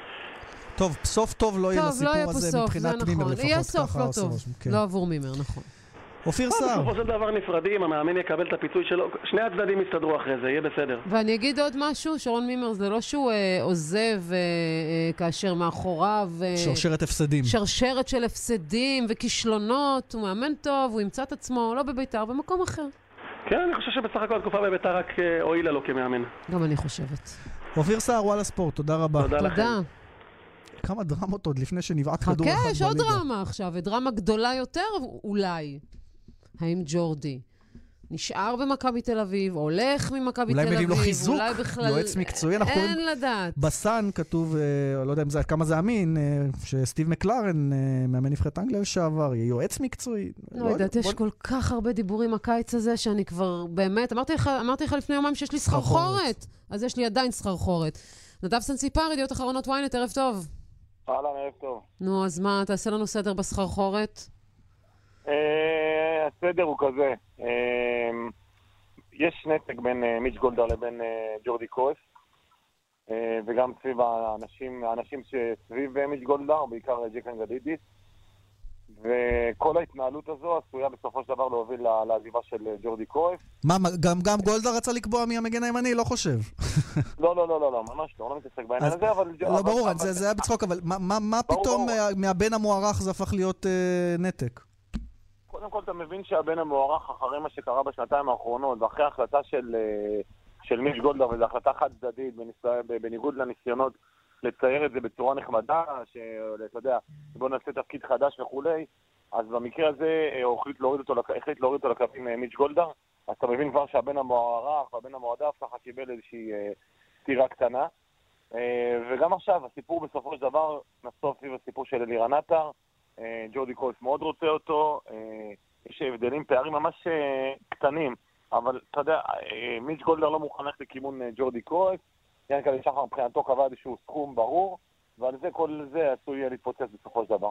טוב, סוף טוב לא יהיה לסיפור הזה מבחינת מימר לפחות. יהיה סוף לא טוב, לא עבור מימר, נכון. אופיר סער. בסופו של דבר נפרדים, המאמן יקבל את הפיצוי שלו, שני הצדדים יסתדרו אחרי זה, יהיה בסדר. ואני אגיד עוד משהו, שרון מימר, זה לא שהוא אה, עוזב אה, אה, כאשר מאחוריו... אה, שרשרת הפסדים. שרשרת של הפסדים וכישלונות, הוא מאמן טוב, הוא ימצא את עצמו, לא בבית"ר, במקום אחר. כן, אני חושב שבסך הכל התקופה בבית"ר רק אה, הועילה לו כמאמן. גם אני חושבת. אופיר סער, וואלה ספורט, תודה רבה. תודה לכם. תודה. כמה דרמות עוד לפני שנבעט כדור אחד בליגה. בליגה. יש עוד דרמה עכשיו, ודרמה גדולה יותר אולי. האם ג'ורדי נשאר במכבי תל אביב, הולך ממכבי תל אביב, אולי מביאים לו חיזוק, אולי בכלל... יועץ מקצועי, אנחנו אין קוראים... לדעת. בסן כתוב, לא יודע כמה זה אמין, שסטיב מקלרן, מאמן נבחרת אנגליה לשעבר, יהיה יועץ מקצועי. לא יודעת, יש כל כך הרבה דיבורים הקיץ הזה, שאני כבר באמת, אמרתי לך, אמרתי לך לפני יומיים שיש לי סחרחורת, אז יש לי עדיין סחרחורת. נדב סנציפר, ידיעות אחרונות וויינט, ערב טוב. אהלן, ערב טוב. נו, אז מה, תעשה לנו סדר בסחרחורת? הסדר הוא כזה, יש נתק בין מיץ' גולדהר לבין ג'ורדי קרויף, וגם סביב האנשים, האנשים שסביב מיץ' גולדהר, בעיקר ג'קן גדידיס, וכל ההתנהלות הזו עשויה בסופו של דבר להוביל לעזיבה של ג'ורדי קרויף. מה, גם, גם גולדהר רצה לקבוע מי המגן הימני? לא חושב. לא, לא, לא, לא, ממש לא, לא מתעסק בעניין הזה, אבל... לא, ברור, זה היה בצחוק, אבל מה פתאום מהבן המוערך זה הפך להיות נתק? קודם כל אתה מבין שהבן המוערך אחרי מה שקרה בשנתיים האחרונות ואחרי ההחלטה של, של מיץ' גולדהר, וזו החלטה חד צדדית בניגוד לניסיונות לצייר את זה בצורה נחמדה, שאתה יודע, בוא נעשה תפקיד חדש וכולי, אז במקרה הזה הוא החליט להוריד אותו, החליט להוריד אותו לקווים מיץ' גולדהר, אז אתה מבין כבר שהבן המוערך והבן המועדף ככה קיבל איזושהי סתירה קטנה, וגם עכשיו הסיפור בסופו של דבר נסוף סביב הסיפור של אלירן עטר, ג'ורדי קרויף מאוד רוצה אותו, יש הבדלים, פערים ממש קטנים, אבל אתה יודע, מיץ' גולדהר לא מוכן ללכת לכיוון ג'ורדי קרויף, ינקלה שחר מבחינתו קבע איזשהו סכום ברור, ועל זה כל זה עשוי להתפוצץ בסופו של דבר.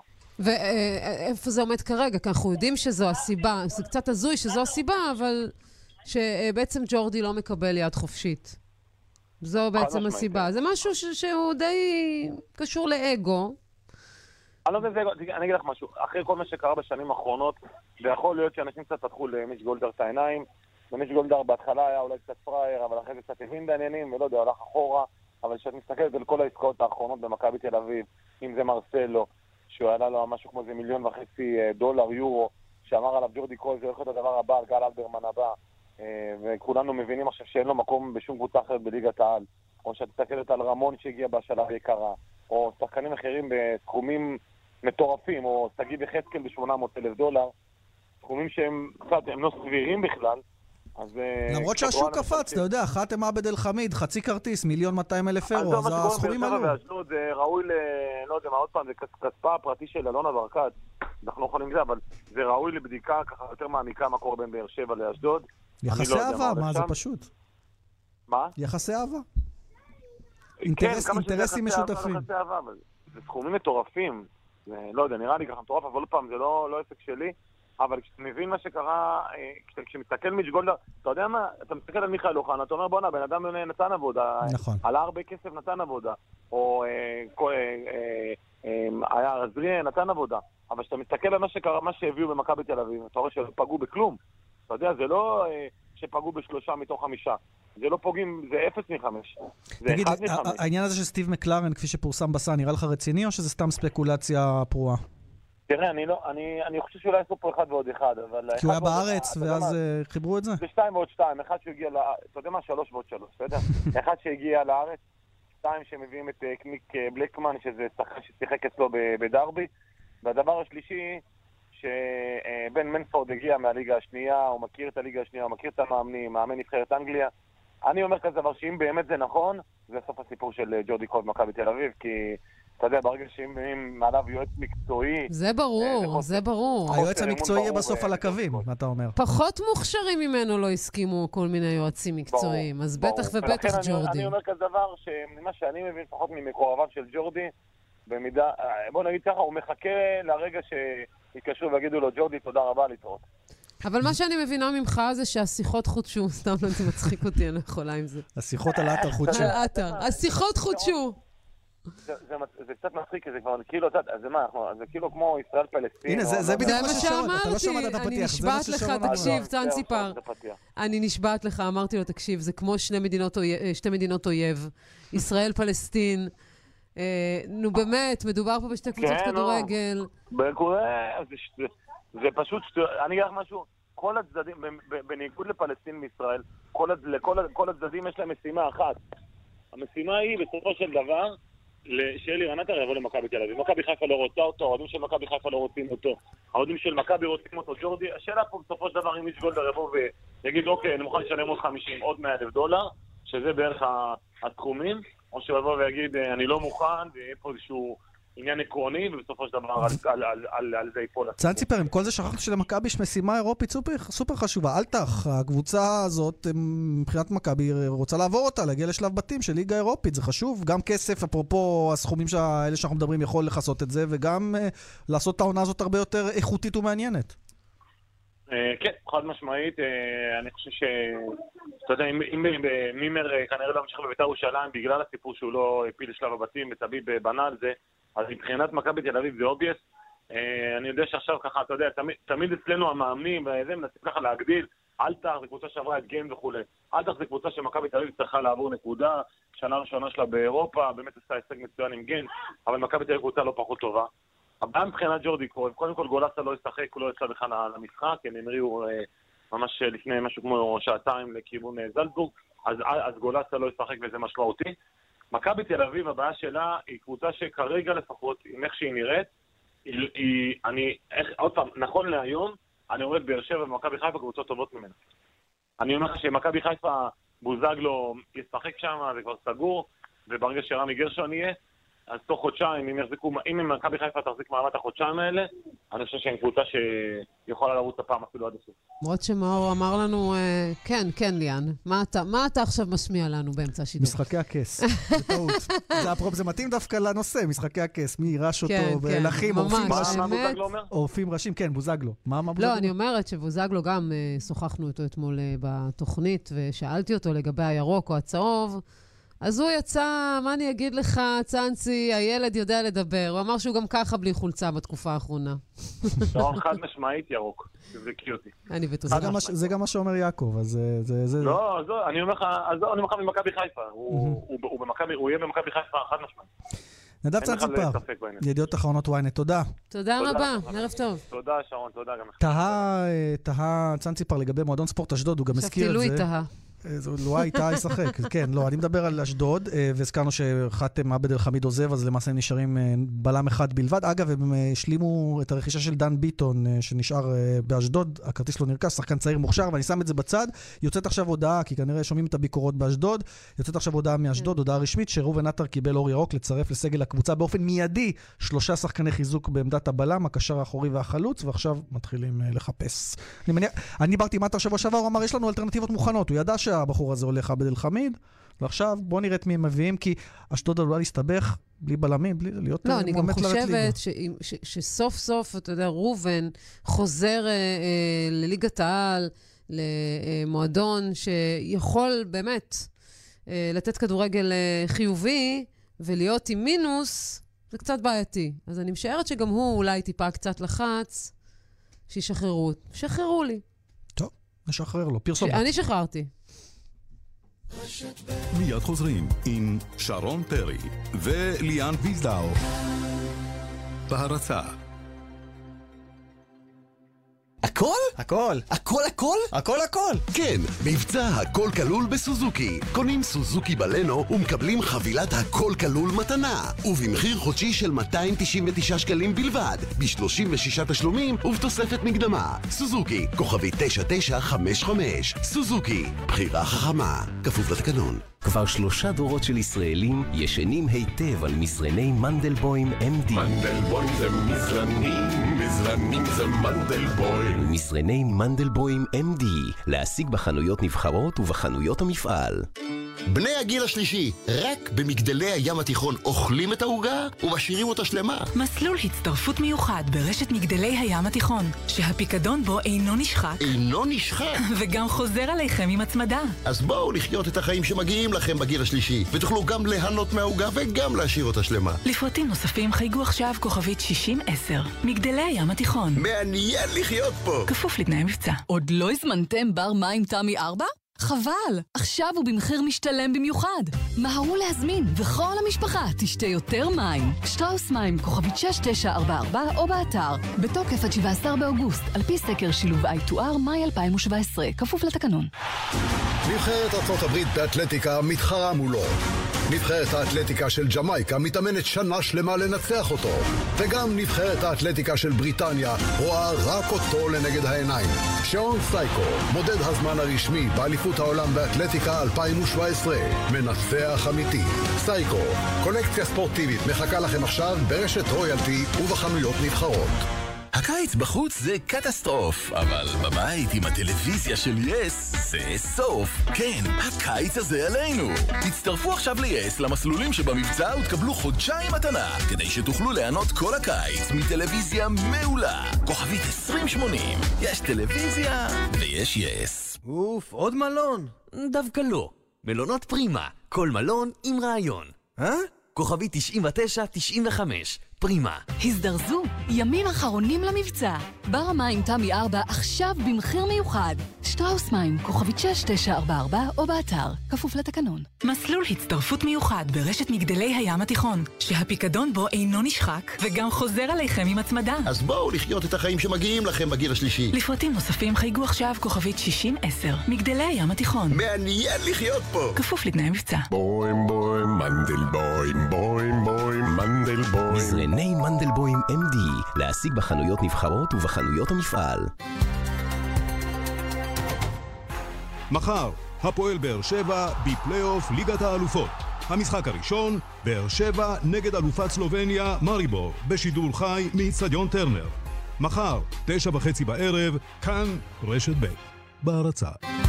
ואיפה זה עומד כרגע? כי אנחנו יודעים שזו הסיבה, זה קצת הזוי שזו הסיבה, אבל שבעצם ג'ורדי לא מקבל יד חופשית. זו בעצם הסיבה. זה משהו שהוא די קשור לאגו. אני לא יודע, אני אגיד לך משהו, אחרי כל מה שקרה בשנים האחרונות, זה יכול להיות שאנשים קצת פתחו למיץ' גולדהר את העיניים, ומיץ' גולדהר בהתחלה היה אולי קצת פרייר, אבל אחרי זה קצת הבין בעניינים, ולא יודע, הולך אחורה, אבל כשאת מסתכלת על כל העסקאות האחרונות במכבי תל אביב, אם זה מרסלו, שהוא עלה לו משהו כמו זה מיליון וחצי דולר, יורו, שאמר עליו ג'ורדי קרויף, זה הולך להיות הדבר הבא, על גל אלברמן הבא, וכולנו מבינים עכשיו שאין לו מקום בשום קבוצה אחרת בליגת העל, או שאת מסתכלת על רמון שהגיע בשלב יקרה, או שחקנים אחרים בסכומים מטורפים, או סגי בחסקל ב-שמונה מאות אלף דולר, סכומים שהם קצת, הם לא סבירים בכלל. אז למרות שהשוק קפץ, אתה יודע, חאתם עבד אל חמיד, חצי כרטיס, מיליון מאתיים אלף אירו, אז הסכומים עלו. זה ראוי ל... לא יודע מה, עוד פעם, זה כספה הפרטי של אלונה ברקת, אנחנו לא יכולים זה, אבל זה ראוי לבדיקה ככה יותר מעמיקה מה קורה בין באר שבע לאשדוד. יחסי אהבה, מה זה פשוט? מה? יחסי אהבה. אינטרסים משותפים. זה סכומים מטורפים. לא יודע, נראה לי ככה מטורף, אבל עוד פעם, זה לא עסק שלי. אבל כשאתה מבין מה שקרה, כשמסתכל מיץ' גולדהר, אתה יודע מה? אתה מסתכל על מיכאל אוחנה, אתה אומר, בוא'נה, בן אדם נתן עבודה. נכון. עלה הרבה כסף, נתן עבודה. או היה רזריה, נתן עבודה. אבל כשאתה מסתכל על מה שקרה, מה שהביאו במכבי תל אביב, אתה רואה שפגעו בכלום. אתה יודע, זה לא שפגעו בשלושה מתוך חמישה. זה לא פוגעים, זה אפס מחמש. זה אחד מחמש. העניין הזה של סטיב מקלרן, כפי שפורסם בסן, נראה לך רציני, או שזה סתם ספקולציה פרועה? תראה, אני לא, אני, אני חושב שאולי עשו פה אחד ועוד אחד, אבל... כי הוא היה בארץ, ואז חיברו את זה? זה שתיים ועוד שתיים, אחד שהגיע לארץ, אתה יודע מה? שלוש ועוד שלוש, אתה יודע? אחד שהגיע לארץ, שתיים שמביאים את קניק בלקמן, שזה שחקן ששיחק אצלו בדרבי, והדבר השלישי, שבן מנפורד הגיע מהליגה השנייה, הוא מכיר את הליגה השנייה, הוא מכיר את המאמנים, מאמן נבחרת אנגליה. אני אומר כזה דבר, שאם באמת זה נכון, זה סוף הסיפור של ג'ורדי קרוב במכבי תל אביב, כי... אתה יודע, ברגע שאם מעליו יועץ מקצועי... זה ברור, זה ברור. היועץ המקצועי יהיה בסוף על הקווים, מה אתה אומר? פחות מוכשרים ממנו לא הסכימו כל מיני יועצים מקצועיים, אז בטח ובטח ג'ורדי. אני אומר כזה דבר, שמה שאני מבין לפחות ממקורביו של ג'ורדי, במידה, בוא נגיד ככה, הוא מחכה לרגע שיקשרו ויגידו לו, ג'ורדי, תודה רבה, להתראות. אבל מה שאני מבינה ממך זה שהשיחות חודשו, סתם לא זה מצחיק אותי, אני יכולה עם זה. השיחות על האתר חודשו. על האתר, השיחות חודשו. זה, זה, זה קצת מצחיק, זה כבר כאילו, זה מה, זה כאילו כמו ישראל פלסטין. הנה, זה, זה בדיוק מה שאמרתי, אני נשבעת לך, תקשיב, צאנציפר, אני נשבעת לך, אמרתי לו, תקשיב, זה כמו שני מדינות, שתי מדינות אויב, ישראל פלסטין, נו באמת, מדובר פה בשתי קבוצות כדורגל. זה פשוט, אני אגיד לך משהו, כל הצדדים, בניגוד לפלסטין בישראל, כל הצדדים יש להם משימה אחת. המשימה היא בסופו של דבר, שאלי רנטר יבוא למכבי תל אביב. מכבי חיפה לא רוצה אותו, האוהדים של מכבי חיפה לא רוצים אותו. האוהדים של מכבי רוצים אותו, ג'ורדי. השאלה פה בסופו של דבר אם מיץ' גולדהר יבוא ויגיד, אוקיי, אני מוכן לשלם עוד חמישים, עוד מאה אלף דולר, שזה בערך התחומים, או שהוא יבוא ויגיד, אני לא מוכן, ויהיה פה איזשהו עניין עקרוני, ובסופו של דבר על זה ייפול. צאנציפר, עם כל זה שכחת שלמכבי יש משימה אירופית סופר חשובה. אל תח, הקבוצה הזאת, מבחינת מכבי, רוצה לעבור אותה, להגיע לשלב בתים של ליגה אירופית, זה חשוב. גם כסף, אפרופו הסכומים האלה שאנחנו מדברים, יכול לחסות את זה, וגם לעשות את העונה הזאת הרבה יותר איכותית ומעניינת. כן, חד משמעית. אני חושב ש... אתה יודע, אם מימר כנראה לא ממשיך בבית"ר ירושלים, בגלל הסיפור שהוא לא הפיל לשלב הבתים, וטביב בנה על זה, אז מבחינת מכבי תל אביב זה אובייס. אני יודע שעכשיו ככה, אתה יודע, תמיד, תמיד אצלנו המאמנים, וזה מנסים ככה להגדיל, אלתר זה קבוצה שעברה את גן וכו'. אלתר זה קבוצה שמכבי תל אביב צריכה לעבור נקודה, שנה ראשונה שלה באירופה, באמת עשה הישג מצוין עם גן, אבל מכבי תל אביב קבוצה לא פחות טובה. אבל מבחינת ג'ורדי קרוב, קודם כל גולסה לא ישחק, הוא לא יצא בכלל למשחק, הם המריאו ממש לפני משהו כמו שעתיים לכיוון זלצבורג, אז, אז גולסה לא ישחק וזה משמעותי. מכבי תל אביב, הבעיה שלה היא קבוצה שכרגע לפחות, עם איך שהיא נראית, היא, היא, אני, איך, עוד פעם, נכון להיום, אני רואה את באר שבע ומכבי חיפה קבוצות טובות ממנה. אני אומר לך שמכבי חיפה בוזגלו ישחק שם, זה כבר סגור, וברגע שרמי גרשון יהיה, אז תוך חודשיים, אם יחזיקו, אם מכבי חיפה תחזיק מעמד החודשיים האלה, אני חושב שהיא קבוצה שיכולה לרוץ הפעם אפילו עד הסוף. למרות שמאור אמר לנו, כן, כן, ליאן, מה אתה, מה אתה עכשיו משמיע לנו באמצע השידור? משחקי הכס, זה טעות. זה הפרופ, זה מתאים דווקא לנושא, משחקי הכס, מי ירש אותו, ולחים, עורפים ראשים. מה בוזגלו אומר? עורפים ראשים, כן, בוזגלו. מה בוזגלו? לא, אני אומרת שבוזגלו גם שוחחנו איתו אתמול בתוכנית, ושאלתי אותו לגבי הירוק או הצהוב, אז הוא יצא, מה אני אגיד לך, צאנצי, הילד יודע לדבר. הוא אמר שהוא גם ככה בלי חולצה בתקופה האחרונה. לא, חד משמעית ירוק. זה קיוטי. אני בטוחה. זה גם מה שאומר יעקב, אז זה... לא, אני אומר לך, אז אני אומר לך ממכבי חיפה. הוא יהיה במכבי חיפה חד משמעית. נדב צאנציפר, ידיעות אחרונות וויינט, תודה. תודה רבה, ערב טוב. תודה שרון, תודה גם לך. תהה צאנציפר לגבי מועדון ספורט אשדוד, הוא גם הזכיר את זה. שתילו איתה. לא הייתה ישחק, כן, לא, אני מדבר על אשדוד, והזכרנו שחתם עבד אל חמיד עוזב, אז למעשה הם נשארים בלם אחד בלבד. אגב, הם השלימו את הרכישה של דן ביטון, שנשאר באשדוד, הכרטיס לא נרכש, שחקן צעיר מוכשר, ואני שם את זה בצד. יוצאת עכשיו הודעה, כי כנראה שומעים את הביקורות באשדוד, יוצאת עכשיו הודעה מאשדוד, הודעה רשמית, שראובן עטר קיבל אור ירוק לצרף לסגל הקבוצה באופן מיידי, שלושה שחקני חיזוק בעמדת הבלם, הקשר האחורי והחלוץ, ועכשיו מתחילים לחפש. אני דיברתי עם עטר שבוע שעבר, הוא אמר, יש לנו אלטרנטיבות מוכנות. הוא ידע ש שהבחור הזה הולך עבד אל חמיד, ועכשיו בוא נראה את מי הם מביאים, כי אשדוד עלולה להסתבך בלי בלמים, בלי להיות לא, אני גם מועמדת לרדת ליגה. חושבת ש, ש, שסוף סוף, אתה יודע, רובן חוזר אה, אה, לליגת העל, למועדון שיכול באמת אה, לתת כדורגל אה, חיובי, ולהיות עם מינוס, זה קצת בעייתי. אז אני משערת שגם הוא אולי טיפה קצת לחץ, שישחררו. שחררו לי. טוב, נשחרר לו. פרסומת. אני שחררתי. מיד חוזרים עם שרון פרי וליאן ויזדאו. בהרצה. הכל? הכל. הכל הכל? הכל הכל. כן, מבצע הכל כלול בסוזוקי. קונים סוזוקי בלנו ומקבלים חבילת הכל כלול מתנה. ובמחיר חודשי של מאתיים תשעים ותשעה שקלים בלבד. ב-שלושים ושישה תשלומים ובתוספת מקדמה. סוזוקי, כוכבי תשע תשע חמש חמש. סוזוקי, בחירה חכמה. כפוף לתקנון. כבר שלושה דורות של ישראלים ישנים היטב על מזרני מנדלבוים אם די. מנדלבוים זה מזרנים, מזרנים זה מנדלבוים. מזרני מנדלבוים אם די, להשיג בחנויות נבחרות ובחנויות המפעל. בני הגיל השלישי, רק במגדלי הים התיכון אוכלים את העוגה ומשאירים אותה שלמה. מסלול הצטרפות מיוחד ברשת מגדלי הים התיכון, שהפיקדון בו אינו נשחק. אינו נשחק? וגם חוזר עליכם עם הצמדה. אז בואו לחיות את החיים שמגיעים לכם בגיל השלישי, ותוכלו גם ליהנות מהעוגה וגם להשאיר אותה שלמה. לפרטים נוספים חייגו עכשיו כוכבית שישים עשר. מגדלי הים התיכון. מעניין לחיות פה. כפוף לתנאי מבצע. עוד לא הזמנתם בר מים תמי ארבע? חבל, עכשיו הוא במחיר משתלם במיוחד. מהרו להזמין, וכל המשפחה תשתה יותר מים. שטראוס מים, כוכבית שש תשע ארבע ארבע או באתר. בתוקף עד שבעה עשר באוגוסט, על פי סקר שילוב איי טו אר, מאי אלפיים שבע עשרה, כפוף לתקנון. נבחרת ארצות הברית באתלטיקה מתחרה מולו. נבחרת האתלטיקה של ג'מייקה מתאמנת שנה שלמה לנצח אותו. וגם נבחרת האתלטיקה של בריטניה רואה רק אותו לנגד העיניים. שעון סייקו, מודד הזמן הרשמי באליפות העולם באתלטיקה אלפיים שבע עשרה. מנצח אמיתי. סייקו, קולקציה ספורטיבית מחכה לכם עכשיו ברשת רויאלטי ובחנויות נבחרות. הקיץ בחוץ זה קטסטרוף, אבל בבית עם הטלוויזיה של יס זה סוף. כן, הקיץ הזה עלינו. תצטרפו עכשיו ל-יס למסלולים שבמבצע ותקבלו חודשיים מתנה, כדי שתוכלו ליהנות כל הקיץ מטלוויזיה מעולה. כוכבית עשרים שמונים. יש טלוויזיה ויש יס. אוף, עוד מלון? דווקא לא. מלונות פרימה, כל מלון עם רעיון. אה? כוכבית תשעים ותשע תשעים וחמש. פרימה. הזדרזו, ימים אחרונים למבצע. בר המים תמי ארבע עכשיו במחיר מיוחד. שטראוס מים, כוכבית שש תשע ארבע ארבע או באתר, כפוף לתקנון. מסלול הצטרפות מיוחד ברשת מגדלי הים התיכון, שהפיקדון בו אינו נשחק וגם חוזר עליכם עם הצמדה. אז בואו לחיות את החיים שמגיעים לכם בגיל השלישי. לפרטים נוספים חייגו עכשיו כוכבית שישים עשר. מגדלי הים התיכון. מעניין לחיות פה. כפוף לתנאי מבצע. בוים בוים מנדלבוים, בוים בוים מנדלבוים. מזרני מנדלבוים אם די, להשיג בחנויות נבחרות ובחנויות המפעל. מחר, הפועל באר שבע בפלייאוף ליגת האלופות. המשחק הראשון, באר שבע נגד אלופת סלובניה מריבור, בשידור חי מאצטדיון טרנר. מחר, תשע וחצי בערב, כאן רשת ב' בהרצה.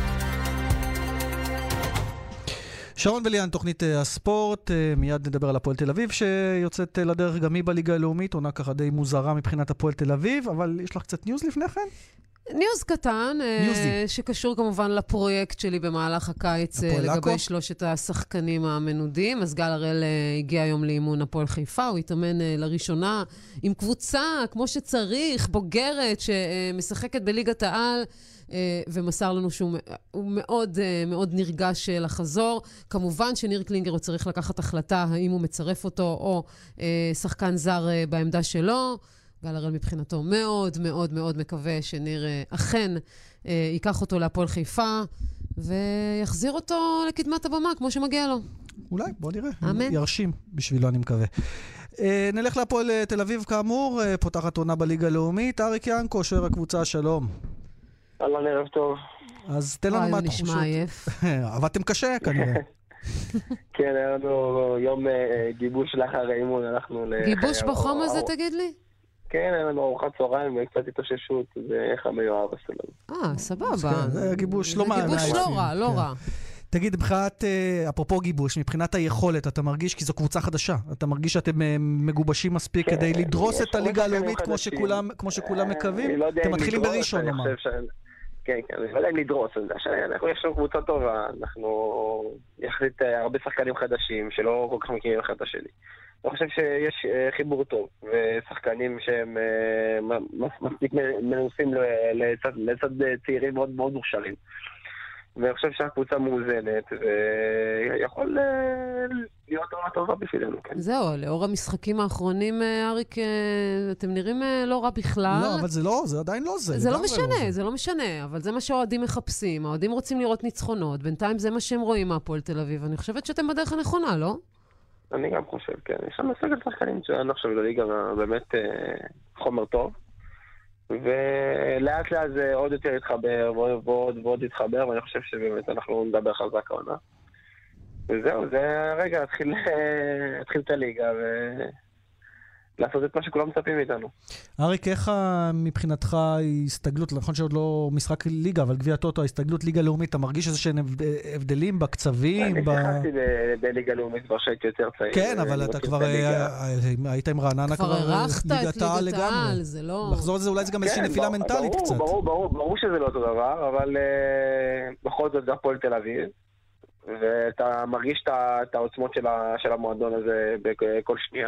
שרון וליאן, תוכנית הספורט, מיד נדבר על הפועל תל אביב שיוצאת לדרך גם היא בליגה הלאומית, עונה ככה די מוזרה מבחינת הפועל תל אביב, אבל יש לך קצת ניוז לפני כן? ניוז קטן, ניוזי. שקשור כמובן לפרויקט שלי במהלך הקיץ לגבי שלושת השחקנים המנודים. אז גל הראל הגיע היום לאימון הפועל חיפה, הוא התאמן לראשונה עם קבוצה כמו שצריך, בוגרת שמשחקת בליגת העל, ומסר לנו שהוא מאוד, מאוד נרגש לחזור. כמובן שניר קלינגר הוא צריך לקחת החלטה האם הוא מצרף אותו או שחקן זר בעמדה שלו. גל הראל מבחינתו מאוד מאוד מאוד מקווה שניר אכן ייקח אותו להפועל חיפה ויחזיר אותו לקדמת הבמה כמו שמגיע לו. אולי, בוא נראה. אמן. ירשים בשבילו, אני מקווה. נלך להפועל תל אביב כאמור, פותחת עונה בליגה הלאומית. אריק ינקו, שוער הקבוצה, שלום. אלון, ערב טוב. אז תן לנו מה התחושות. נשמע עייף. עבדתם קשה כנראה. כן, היה לנו יום גיבוש לאחר האימון, הלכנו... גיבוש בחום הזה, תגיד לי? כן, אין לנו ארוחת צהריים וקצת התאוששות, זה איך המיואב עשו אה, סבבה. זה גיבוש לא מה... זה גיבוש לא רע, לא רע. תגיד, מבחינת, אפרופו גיבוש, מבחינת היכולת, אתה מרגיש, כי זו קבוצה חדשה, אתה מרגיש שאתם מגובשים מספיק כדי לדרוס את הליגה הלאומית כמו שכולם מקווים? אתם מתחילים בראשון, נאמר. כן, כן, אני לא יודע אם לדרוס, יש לנו קבוצה טובה, אנחנו יחסית הרבה שחקנים חדשים שלא כל כך מכירים אחד את השני. אני חושב שיש חיבור טוב, ושחקנים שהם מספיק מנוסים לצד צעירים מאוד מאוד מוכשרים. ואני חושב שהקבוצה מאוזנת, ויכול להיות טובה טובה בשבילנו, כן. זהו, לאור המשחקים האחרונים, אריק, אתם נראים לא רע בכלל. לא, אבל זה לא, זה עדיין לא זה. זה לא משנה, זה לא משנה, אבל זה מה שהאוהדים מחפשים. האוהדים רוצים לראות ניצחונות, בינתיים זה מה שהם רואים מהפועל תל אביב. אני חושבת שאתם בדרך הנכונה, לא? אני גם חושב, כן. יש לנו סגל שחקנים שאני חושב לליגה באמת חומר טוב. ולאט לאט זה עוד יותר יתחבר ועוד ועוד יתחבר, ואני חושב שבאמת אנחנו נדבר חזק העונה. וזהו, זה רגע, התחיל, התחיל את הליגה ולעשות את מה שכולם מצפים מאיתנו. אריק, איך מבחינתך ההסתגלות, נכון שעוד לא משחק ליגה, אבל גביע טוטו, ההסתגלות ליגה לאומית, אתה מרגיש איזה שהן הבדלים בקצבים? אני שיחקתי בליגה לאומית כבר שהייתי יותר צעיר. כן, אבל אתה כבר היית עם רעננה כבר ערכת את ליגת העל, זה לא... לחזור לזה אולי זה גם איזושהי נפילה מנטלית קצת. ברור, ברור, ברור שזה לא אותו דבר, אבל בכל זאת זה הפועל תל אביב. ואתה מרגיש את העוצמות של המועדון הזה בכל שנייה.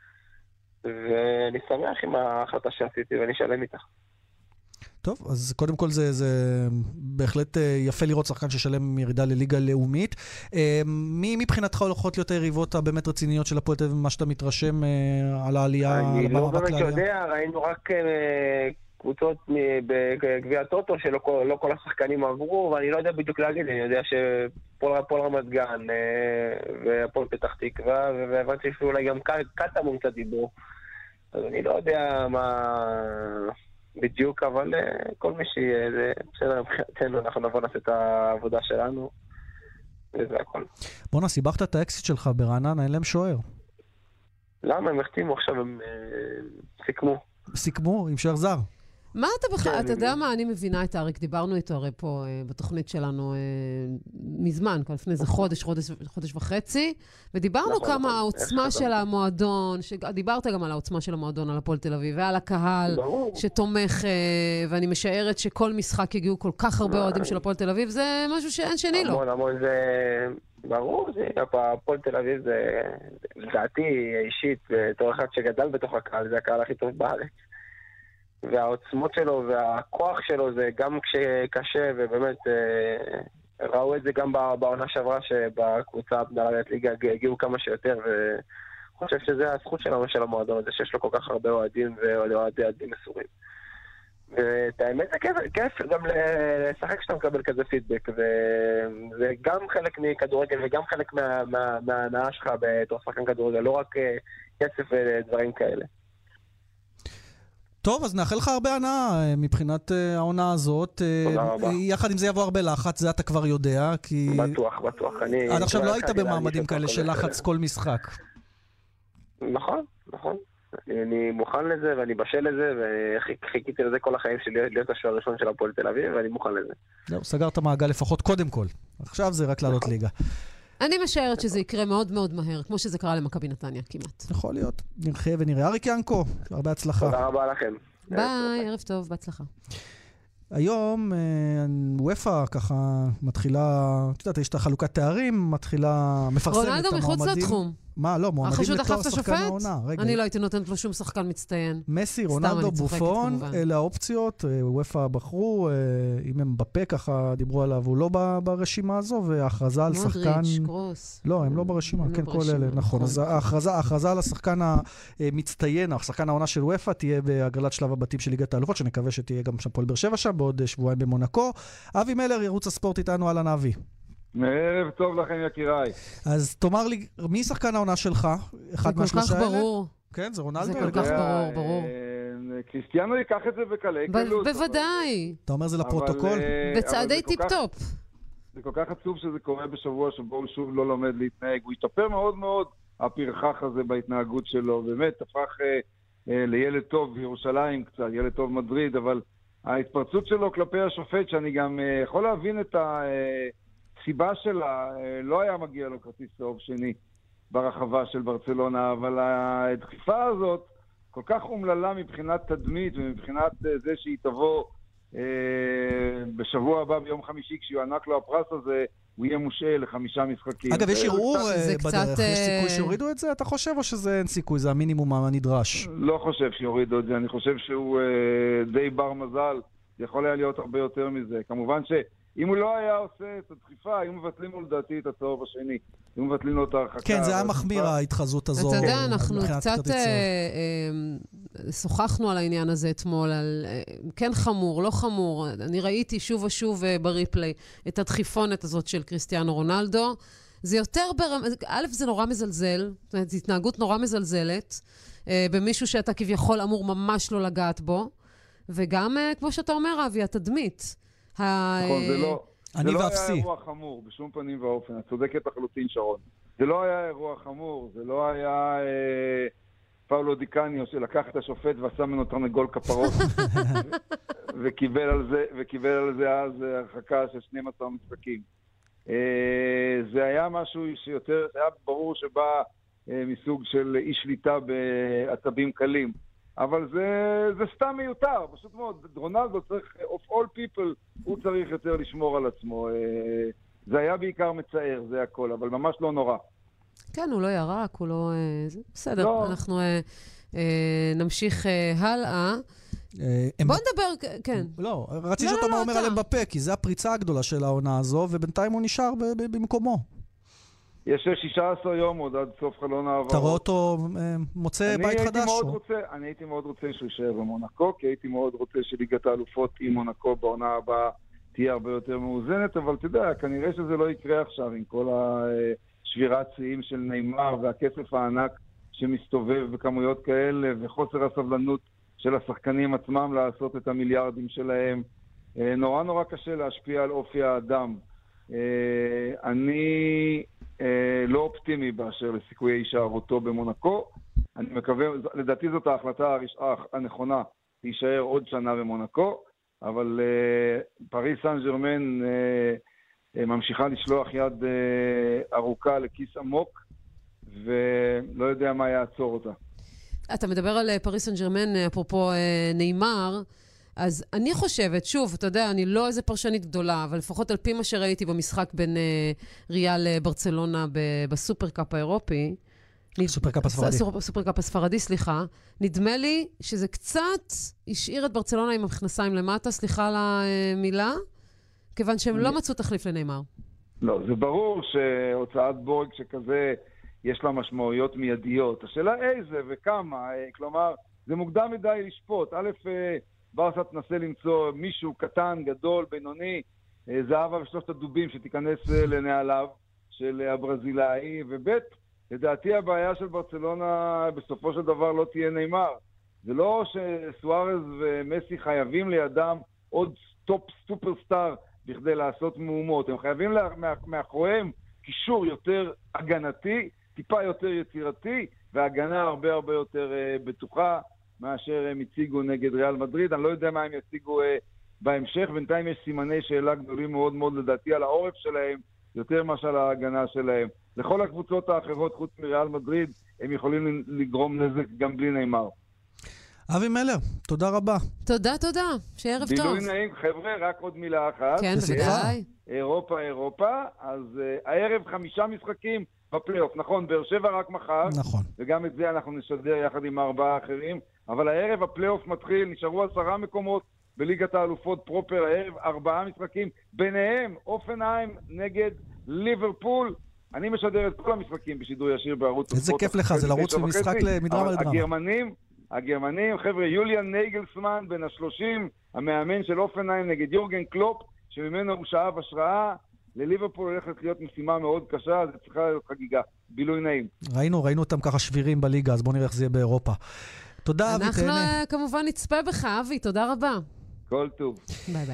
ואני שמח עם ההחלטה שעשיתי ואני שלם איתה. טוב, אז קודם כל זה, זה בהחלט יפה לראות שחקן ששלם ירידה לליגה לאומית. מי מבחינתך הולכות להיות היריבות הבאמת רציניות של הפועל תל אביב, מה שאתה מתרשם על העלייה? אני לא באמת יודע, ראינו רק קבוצות בגביע טוטו שלא כל, לא כל השחקנים עברו, ואני לא יודע בדיוק להגיד, אני יודע שפועל רמת גן והפועל פתח תקווה, והבנתי שאולי גם קטמון קצת דיברו. אז אני לא יודע מה בדיוק, אבל כל מי שיהיה, זה בסדר, מבחינתנו אנחנו נבוא נעשה את העבודה שלנו, וזה הכל. בונה, סיבכת את האקסיט שלך ברעננה, אין להם שוער. למה? הם החתימו עכשיו, הם סיכמו. סיכמו עם שוער זר. מה אתה בכלל, אתה יודע מה, אני מבינה את אריק, דיברנו איתו הרי פה בתוכנית שלנו מזמן, כבר לפני איזה חודש, חודש וחצי, ודיברנו כמה העוצמה של המועדון, דיברת גם על העוצמה של המועדון, על הפועל תל אביב, ועל הקהל שתומך, ואני משערת שכל משחק הגיעו כל כך הרבה אוהדים של הפועל תל אביב, זה משהו שאין שני לו. המון, המון, זה ברור, הפועל תל אביב זה, לדעתי אישית, בתור אחד שגדל בתוך הקהל, זה הקהל הכי טוב בארץ. והעוצמות שלו והכוח שלו זה גם כשקשה, ובאמת ראו את זה גם בעונה שעברה שבקבוצה בנהלת ליגה הגיעו כמה שיותר, ואני חושב שזה הזכות שלנו של המועדון הזה, שיש לו כל כך הרבה אוהדים ואוהדי אוהדים מסורים. ואת האמת זה כיף, כיף גם לשחק כשאתה מקבל כזה פידבק, וזה גם חלק מכדורגל וגם חלק מההנאה שלך בתור שחקן כדורגל, לא רק כסף ודברים כאלה. טוב, אז נאחל לך הרבה הנאה מבחינת העונה הזאת. תודה רבה. יחד עם זה יבוא הרבה לחץ, זה אתה כבר יודע, כי... בטוח, בטוח. עד עכשיו לא היית במעמדים כאלה של לחץ כל משחק. נכון, נכון. אני מוכן לזה ואני בשל לזה, וחיכיתי לזה כל החיים שלי להיות השוער הראשון של הפועל תל אביב, ואני מוכן לזה. זהו, סגרת מעגל לפחות קודם כל. עכשיו זה רק לעלות ליגה. אני משערת שזה יקרה מאוד מאוד מהר, כמו שזה קרה למכבי נתניה כמעט. יכול להיות. נראה ונראה. אריק ינקו, הרבה הצלחה. תודה רבה לכם. ביי, ערב טוב, בהצלחה. היום וופא ככה מתחילה, את יודעת, יש את החלוקת תארים, מתחילה, מפרסמת את המועמדים. רונלדו מחוץ לתחום. מה, לא, מועמדים לתואר שחקן העונה. אני לא הייתי נותנת לו שום שחקן מצטיין. מסי, רונלדו, בופון, אלה האופציות, וופא בחרו, אם הם בפה ככה דיברו עליו, הוא לא ברשימה הזו, וההכרזה על שחקן... מודריץ', קרוס. לא, הם לא ברשימה, כן, כל אלה, נכון. אז ההכרזה על השחקן המצטיין, השחקן העונה של וופא, תהיה בהגרלת שלב הבתים של ליגת האלופות, שנקווה שתהיה גם שם פועל באר שבע שם, בעוד שבועיים במונקו. אבי מלר, ערוץ הספורט איתנו, אהלן אבי. ערב טוב לכם יקיריי. אז תאמר לי, מי שחקן העונה שלך? אחד מהשלושה האלה? זה כל כך ברור. כן, זה רונלדו. זה כל כך ברור, ברור. קריסטיאנו ייקח את זה בקלי קלות. בוודאי. אתה אומר זה לפרוטוקול? בצעדי טיפ-טופ. זה כל כך עצוב שזה קורה בשבוע שבו הוא שוב לא לומד להתנהג. הוא השתפר מאוד מאוד, הפרחח הזה בהתנהגות שלו. באמת, הפך לילד טוב בירושלים קצת, ילד טוב מדריד, אבל ההתפרצות שלו כלפי השופט, שאני גם יכול להבין את הסיבה שלה, לא היה מגיע לו כרטיס צהוב שני ברחבה של ברצלונה, אבל הדחיפה הזאת כל כך אומללה מבחינת תדמית ומבחינת זה שהיא תבוא בשבוע הבא ביום חמישי כשיוענק לו הפרס הזה, הוא יהיה מושעה לחמישה משחקים. אגב, יש ערעור בדרך, יש סיכוי שיורידו את זה? אתה חושב או שזה אין סיכוי? זה המינימום הנדרש? לא חושב שיורידו את זה, אני חושב שהוא די בר מזל, זה יכול היה להיות הרבה יותר מזה. כמובן שאם הוא לא היה עושה את הדחיפה, היו מבטלים לו לדעתי את הצהוב השני, היו מבטלים לו את ההרחקה. כן, זה היה מחמיר ההתחזות הזו. אתה יודע, אנחנו קצת שוחחנו על העניין הזה אתמול, על כן חמור, לא חמור. אני ראיתי שוב ושוב בריפלי את הדחיפונת הזאת של קריסטיאנו רונלדו. זה יותר, א', זה נורא מזלזל, זו התנהגות נורא מזלזלת, במישהו שאתה כביכול אמור ממש לא לגעת בו, וגם, כמו שאתה אומר, אבי, התדמית. נכון, זה לא... זה לא היה אירוע חמור, בשום פנים ואופן. את צודקת לחלוטין, שרון. זה לא היה אירוע חמור, זה לא היה אה, פאולו דיקניו שלקח את השופט ועשה ממנו תרנגול כפרות וקיבל על זה, וקיבל על זה אז הרחקה של שנים עשר משחקים. אה, זה היה משהו שיותר, היה ברור שבא אה, מסוג של אי שליטה בעצבים קלים. אבל זה, זה סתם מיותר, פשוט מאוד. רונלדו צריך, of all people, הוא צריך יותר לשמור על עצמו. זה היה בעיקר מצער, זה הכל, אבל ממש לא נורא. כן, הוא לא ירק, הוא לא... בסדר, לא. אנחנו אה, אה, נמשיך אה, הלאה. אה, בוא נדבר, כן. לא, רציתי שאתה לא, לא, אומר עליהם בפה, כי זה הפריצה הגדולה של העונה הזו, ובינתיים הוא נשאר ב- ב- במקומו. יש שישה עשר יום עוד עד סוף חלון העברות. אתה רואה אותו מוצא בית חדש? רוצה, אני הייתי מאוד רוצה שהוא יישאר במונקו, כי הייתי מאוד רוצה שליגת האלופות עם מונקו בעונה הבאה תהיה הרבה יותר מאוזנת, אבל אתה יודע, כנראה שזה לא יקרה עכשיו עם כל השבירת שיאים של ניימר והכסף הענק שמסתובב בכמויות כאלה, וחוסר הסבלנות של השחקנים עצמם לעשות את המיליארדים שלהם. נורא נורא קשה להשפיע על אופי האדם. אני לא אופטימי באשר לסיכויי הישארותו במונקו. אני מקווה, לדעתי זאת ההחלטה הנכונה להישאר עוד שנה במונקו, אבל פריס סן ז'רמן ממשיכה לשלוח יד ארוכה לכיס עמוק, ולא יודע מה יעצור אותה. אתה מדבר על פריס סן ז'רמן, אפרופו ניימר, אז אני חושבת, שוב, אתה יודע, אני לא איזה פרשנית גדולה, אבל לפחות על פי מה שראיתי במשחק בין אה, ריאל ברצלונה ב- בסופרקאפ האירופי, סופרקאפ הספרדי. סופרקאפ הספרדי, סליחה. נדמה לי שזה קצת השאיר את ברצלונה עם המכנסיים למטה, סליחה על המילה, כיוון שהם לא מצאו תחליף לניימר. לא, זה ברור שהוצאת בורג שכזה יש לה משמעויות מיידיות. השאלה איזה וכמה, כלומר, זה מוקדם מדי לשפוט. א', ברסה תנסה למצוא מישהו קטן, גדול, בינוני, זהבה ושלושת הדובים שתיכנס לנעליו של הברזילאי, ובית, לדעתי הבעיה של ברצלונה בסופו של דבר לא תהיה ניימר. זה לא שסוארז ומסי חייבים לידם עוד טופ סופרסטאר בכדי לעשות מהומות. הם חייבים לה, מאחוריהם קישור יותר הגנתי, טיפה יותר יצירתי, והגנה הרבה הרבה יותר uh, בטוחה מאשר הם הציגו נגד ריאל מדריד. אני לא יודע מה הם יציגו uh, בהמשך. בינתיים יש סימני שאלה גדולים מאוד מאוד לדעתי על העורף שלהם, יותר מאשר על ההגנה שלהם. לכל הקבוצות האחרות חוץ מריאל מדריד הם יכולים לגרום נזק גם בלי ניימר. אבי מלר, תודה רבה. תודה, תודה. שערב טוב. בילוי נעים, חבר'ה, רק עוד מילה אחת. כן, בוודאי. אירופה, אירופה. אז uh, הערב חמישה משחקים בפלייאוף. נכון, באר שבע רק מחר. נכון. וגם את זה אנחנו נשדר יחד עם ארבעה אחרים. אבל הערב הפלייאוף מתחיל, נשארו עשרה מקומות בליגת האלופות פרופר. הערב ארבעה משחקים, ביניהם אופנהיים נגד ליברפול. אני משדר את כל המשחקים בשידור ישיר בערוץ. איזה כיף לך, זה לרוץ ממשחק מדרמה לדרמה. הגרמנים, הגרמנים, חבר'ה, יוליאן נייגלסמן בן השלושים, המאמן של אופנהיים נגד יורגן קלופ, שממנו הוא שאב השראה. לליברפול הולכת להיות משימה מאוד קשה, זה צריכה להיות חגיגה. בילוי נעים. ראינו, ראינו אותם ככה שבירים בליגה, אז בואו נראה איך זה יהיה באירופה. תודה, אבי, אנחנו כמובן נצפה בך, אבי, תודה רבה. כל טוב. ביי ביי.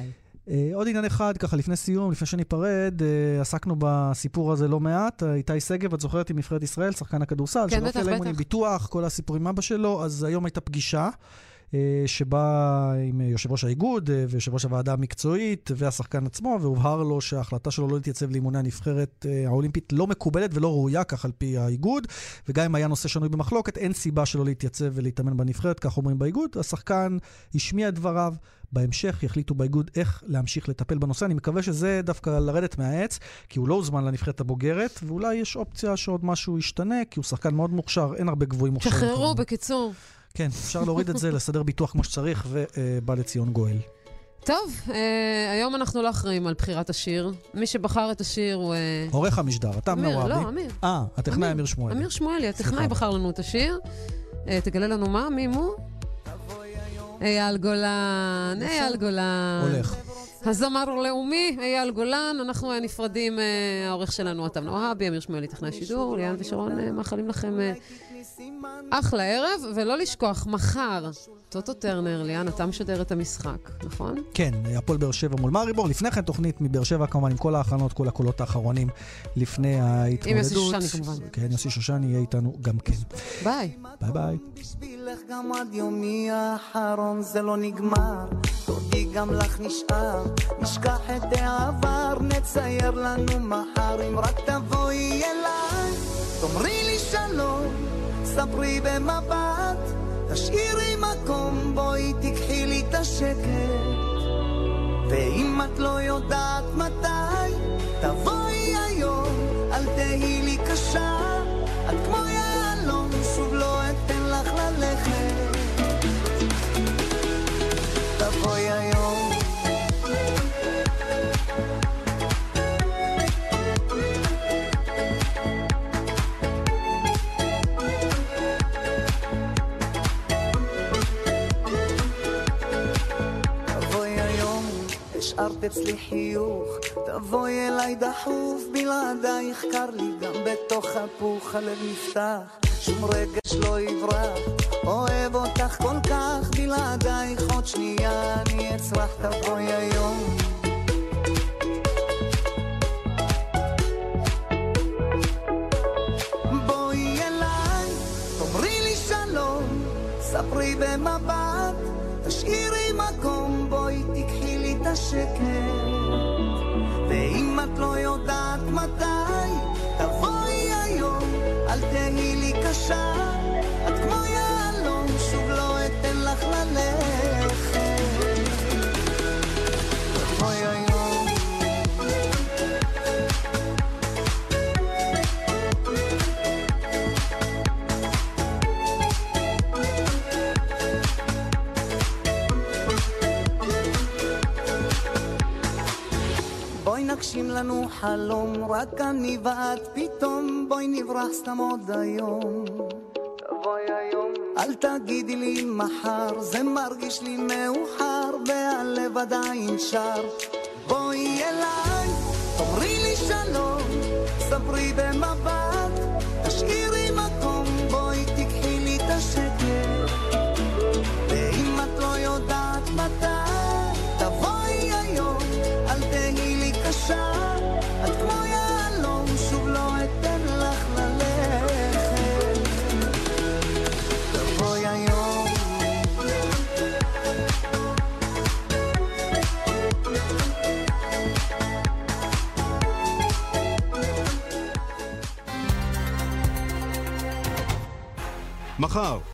עוד עניין אחד, ככה לפני סיום, לפני שניפרד, עסקנו בסיפור הזה לא מעט. איתי שגב, את זוכרת עם נבחרת ישראל, שחקן הכדורסל, כן, בטח, בטח. עם ביטוח, כל הסיפורים אבא שלו, אז היום הייתה פגישה, שבא עם יושב ראש האיגוד ויושב ראש הוועדה המקצועית והשחקן עצמו, והובהר לו שההחלטה שלו לא להתייצב לאימוני הנבחרת האולימפית לא מקובלת ולא ראויה כך על פי האיגוד, וגם אם היה נושא שנוי במחלוקת, אין סיבה שלא להתייצב ולהתאמן בנבחרת, כך אומרים באיגוד. השחקן השמיע את דבריו, בהמשך יחליטו באיגוד איך להמשיך לטפל בנושא. אני מקווה שזה דווקא לרדת מהעץ, כי הוא לא הוזמן לנבחרת הבוגרת, ואולי יש אופציה שעוד משהו ישתנה, כי הוא שחקן מאוד מוכשר, אין הרבה גבוהים מוכשרים. שחררו, בקיצור. כן, אפשר להוריד את זה, לסדר ביטוח כמו שצריך, ובא לציון גואל. טוב, אה, היום אנחנו לא אחראים על בחירת השיר. מי שבחר את השיר הוא... אה... עורך המשדר, אתה אמיר אמיר, וואבי. לא, אמיר. אה, הטכנאי אמיר שמואלי. אמיר שמואלי, הטכנאי בחר לנו את השיר. אה, תגלה לנו מה, מי מו? אייל גולן, אייל גולן. הולך. הזמר לאומי, אייל גולן. אנחנו נפרדים, אה, העורך שלנו, אתם נוהבי, אמיר שמואלי, טכנאי שידור. ליאן ושרון, אה, מאחלים לכם... אה, אחלה ערב, ולא לשכוח, מחר, טוטו טרנר, ליאן, אתה משדר את המשחק, נכון? כן, הפועל באר שבע מול מאריבור, לפני כן תוכנית מבאר שבע כמובן, עם כל ההכנות, כל הקולות האחרונים לפני ההתמודדות. עם יוסי שושני כמובן. כן, יוסי שושני יהיה איתנו גם כן. ביי. ביי ביי. בשבילך גם עד יומי האחרון זה לא נגמר, תודי גם לך נשאר, נשכח את העבר, נצייר לנו מחר, אם רק תבואי אליי, תאמרי לי שלום, ספרי במבט, תשאירי מקום, בואי תקחי לי את השקט, ואם את לא יודעת מתי, תבואי היום, אל תהי לי קשה, את כמו יעלון, שוב לא אתן לך ללכת, תבואי היום. השארת אצלי חיוך, תבואי אליי דחוף, בלעדייך קר לי גם בתוך הפוך, הלב נפתח, שום רגש לא יברח, אוהב אותך כל כך, בלעדייך עוד שנייה אני אצרח, תבואי היום. בואי אליי, תאמרי לי שלום, ספרי במבט, תשאירי מקום, בואי תקחי לי את השקט, ואם את לא יודעת מתי, תבואי היום, אל תהי לי קשה, את כמו יעלון, שוב לא אתן לך ללכת, תבואי היום. נגשים לנו חלום, רק אני ואת פתאום, בואי נברח סתם עוד היום, תבואי היום. אל תגידי לי מחר, זה מרגיש לי מאוחר, והלב עדיין שר, בואי אליי, תאמרי לי שלום, ספרי במבט, תשאירי מקום, בואי תקחי לי את השקט, ואם את לא יודעת מתי, תבואי היום, אל תהי לי קשה, את כמו יעלון, שוב לא אתן לך ללכת, תבואי היום. מחר